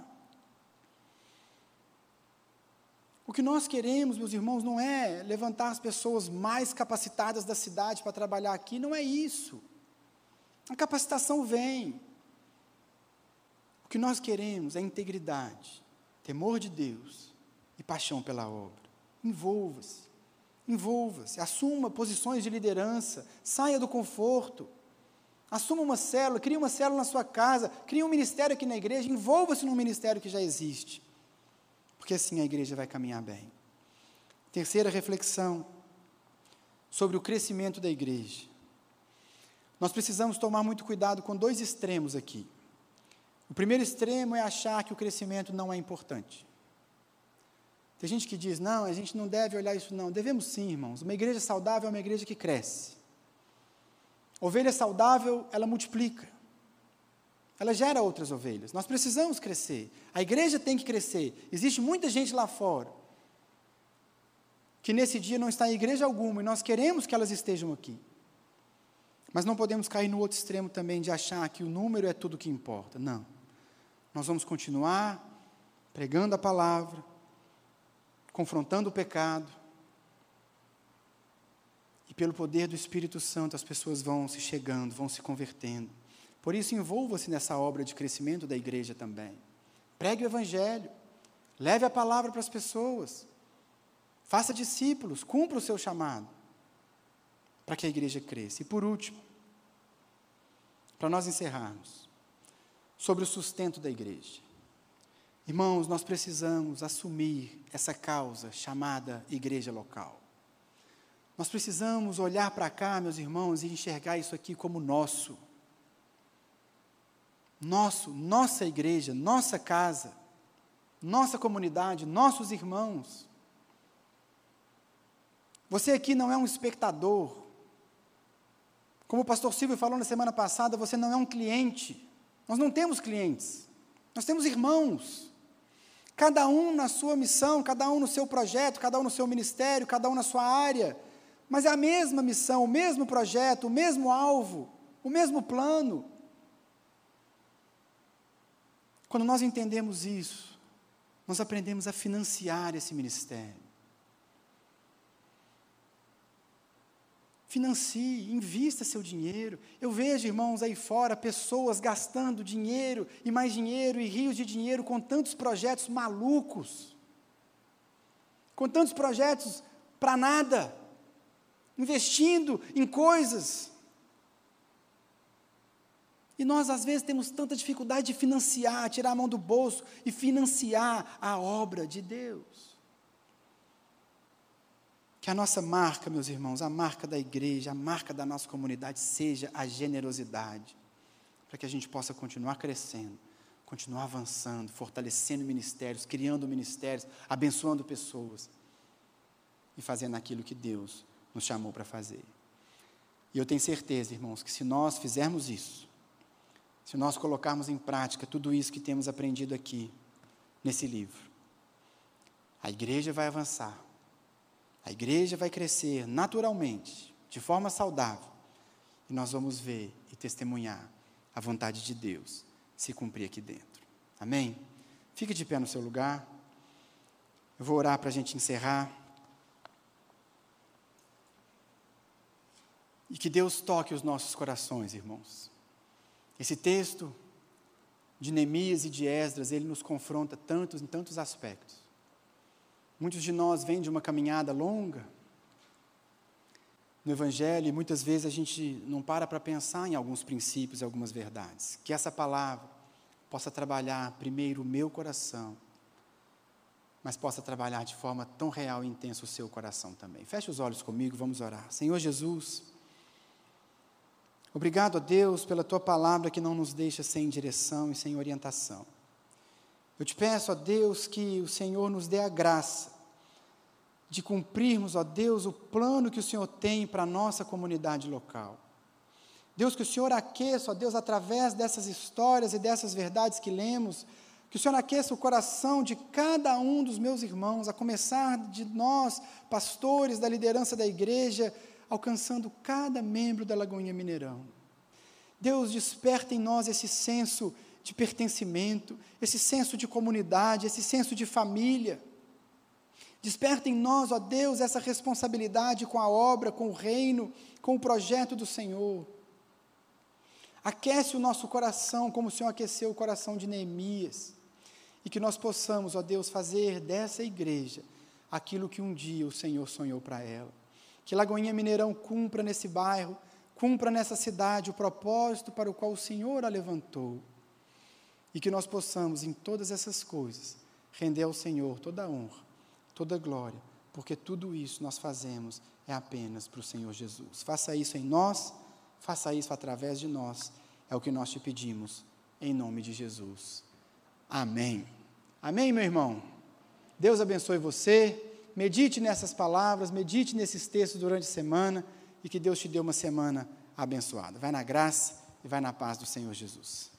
O que nós queremos, meus irmãos, não é levantar as pessoas mais capacitadas da cidade para trabalhar aqui, não é isso. A capacitação vem. O que nós queremos é integridade, temor de Deus e paixão pela obra. Envolva-se, envolva-se, assuma posições de liderança, saia do conforto, assuma uma célula, crie uma célula na sua casa, crie um ministério aqui na igreja, envolva-se num ministério que já existe, porque assim a igreja vai caminhar bem. Terceira reflexão, sobre o crescimento da igreja. Nós precisamos tomar muito cuidado com dois extremos aqui. O primeiro extremo é achar que o crescimento não é importante. Tem gente que diz, não, a gente não deve olhar isso não. Devemos sim, irmãos. Uma igreja saudável é uma igreja que cresce. Ovelha saudável, ela multiplica. Ela gera outras ovelhas. Nós precisamos crescer. A igreja tem que crescer. Existe muita gente lá fora que nesse dia não está em igreja alguma e nós queremos que elas estejam aqui. Mas não podemos cair no outro extremo também de achar que o número é tudo o que importa. Não. Nós vamos continuar pregando a palavra, confrontando o pecado, e pelo poder do Espírito Santo as pessoas vão se chegando, vão se convertendo. Por isso, envolva-se nessa obra de crescimento da igreja também. Pregue o Evangelho, leve a palavra para as pessoas, faça discípulos, cumpra o seu chamado, para que a igreja cresça. E por último, para nós encerrarmos, sobre o sustento da igreja. Irmãos, nós precisamos assumir essa causa chamada igreja local. Nós precisamos olhar para cá, meus irmãos, e enxergar isso aqui como nosso. Nosso, nossa igreja, nossa casa, nossa comunidade, nossos irmãos. Você aqui não é um espectador. Como o pastor Silvio falou na semana passada, você não é um cliente. Nós não temos clientes, nós temos irmãos. Cada um na sua missão, cada um no seu projeto, cada um no seu ministério, cada um na sua área. Mas é a mesma missão, o mesmo projeto, o mesmo alvo, o mesmo plano. Quando nós entendemos isso, nós aprendemos a financiar esse ministério. Financie, invista seu dinheiro. Eu vejo, irmãos, aí fora, pessoas gastando dinheiro, e mais dinheiro, e rios de dinheiro, com tantos projetos malucos, com tantos projetos para nada, investindo em coisas. E nós, às vezes, temos tanta dificuldade de financiar, tirar a mão do bolso e financiar a obra de Deus. Que a nossa marca, meus irmãos, a marca da igreja, a marca da nossa comunidade seja a generosidade, para que a gente possa continuar crescendo, continuar avançando, fortalecendo ministérios, criando ministérios, abençoando pessoas e fazendo aquilo que Deus nos chamou para fazer. E eu tenho certeza, irmãos, que se nós fizermos isso, se nós colocarmos em prática tudo isso que temos aprendido aqui, nesse livro, a igreja vai avançar, a igreja vai crescer naturalmente, de forma saudável, e nós vamos ver e testemunhar a vontade de Deus se cumprir aqui dentro. Amém? Fique de pé no seu lugar. Eu vou orar para a gente encerrar. E que Deus toque os nossos corações, irmãos. Esse texto de Neemias e de Esdras, ele nos confronta tantos, em tantos aspectos. Muitos de nós vêm de uma caminhada longa no Evangelho, e muitas vezes a gente não para para pensar em alguns princípios e algumas verdades. Que essa palavra possa trabalhar primeiro o meu coração, mas possa trabalhar de forma tão real e intensa o seu coração também. Feche os olhos comigo, vamos orar. Senhor Jesus, obrigado a Deus pela Tua palavra que não nos deixa sem direção e sem orientação. Eu te peço, ó Deus, que o Senhor nos dê a graça de cumprirmos, ó Deus, o plano que o Senhor tem para a nossa comunidade local. Deus, que o Senhor aqueça, ó Deus, através dessas histórias e dessas verdades que lemos, que o Senhor aqueça o coração de cada um dos meus irmãos, a começar de nós, pastores da liderança da igreja, alcançando cada membro da Lagoinha Mineirão. Deus, desperta em nós esse senso de pertencimento, esse senso de comunidade, esse senso de família. Desperta em nós, ó Deus, essa responsabilidade com a obra, com o reino, com o projeto do Senhor. Aquece o nosso coração como o Senhor aqueceu o coração de Neemias. E que nós possamos, ó Deus, fazer dessa igreja aquilo que um dia o Senhor sonhou para ela. Que Lagoinha Mineirão cumpra nesse bairro, cumpra nessa cidade o propósito para o qual o Senhor a levantou. E que nós possamos, em todas essas coisas, render ao Senhor toda a honra, toda a glória, porque tudo isso nós fazemos é apenas para o Senhor Jesus. Faça isso em nós, faça isso através de nós, é o que nós te pedimos, em nome de Jesus. Amém. Amém, meu irmão? Deus abençoe você, medite nessas palavras, medite nesses textos durante a semana, e que Deus te dê uma semana abençoada. Vai na graça e vai na paz do Senhor Jesus.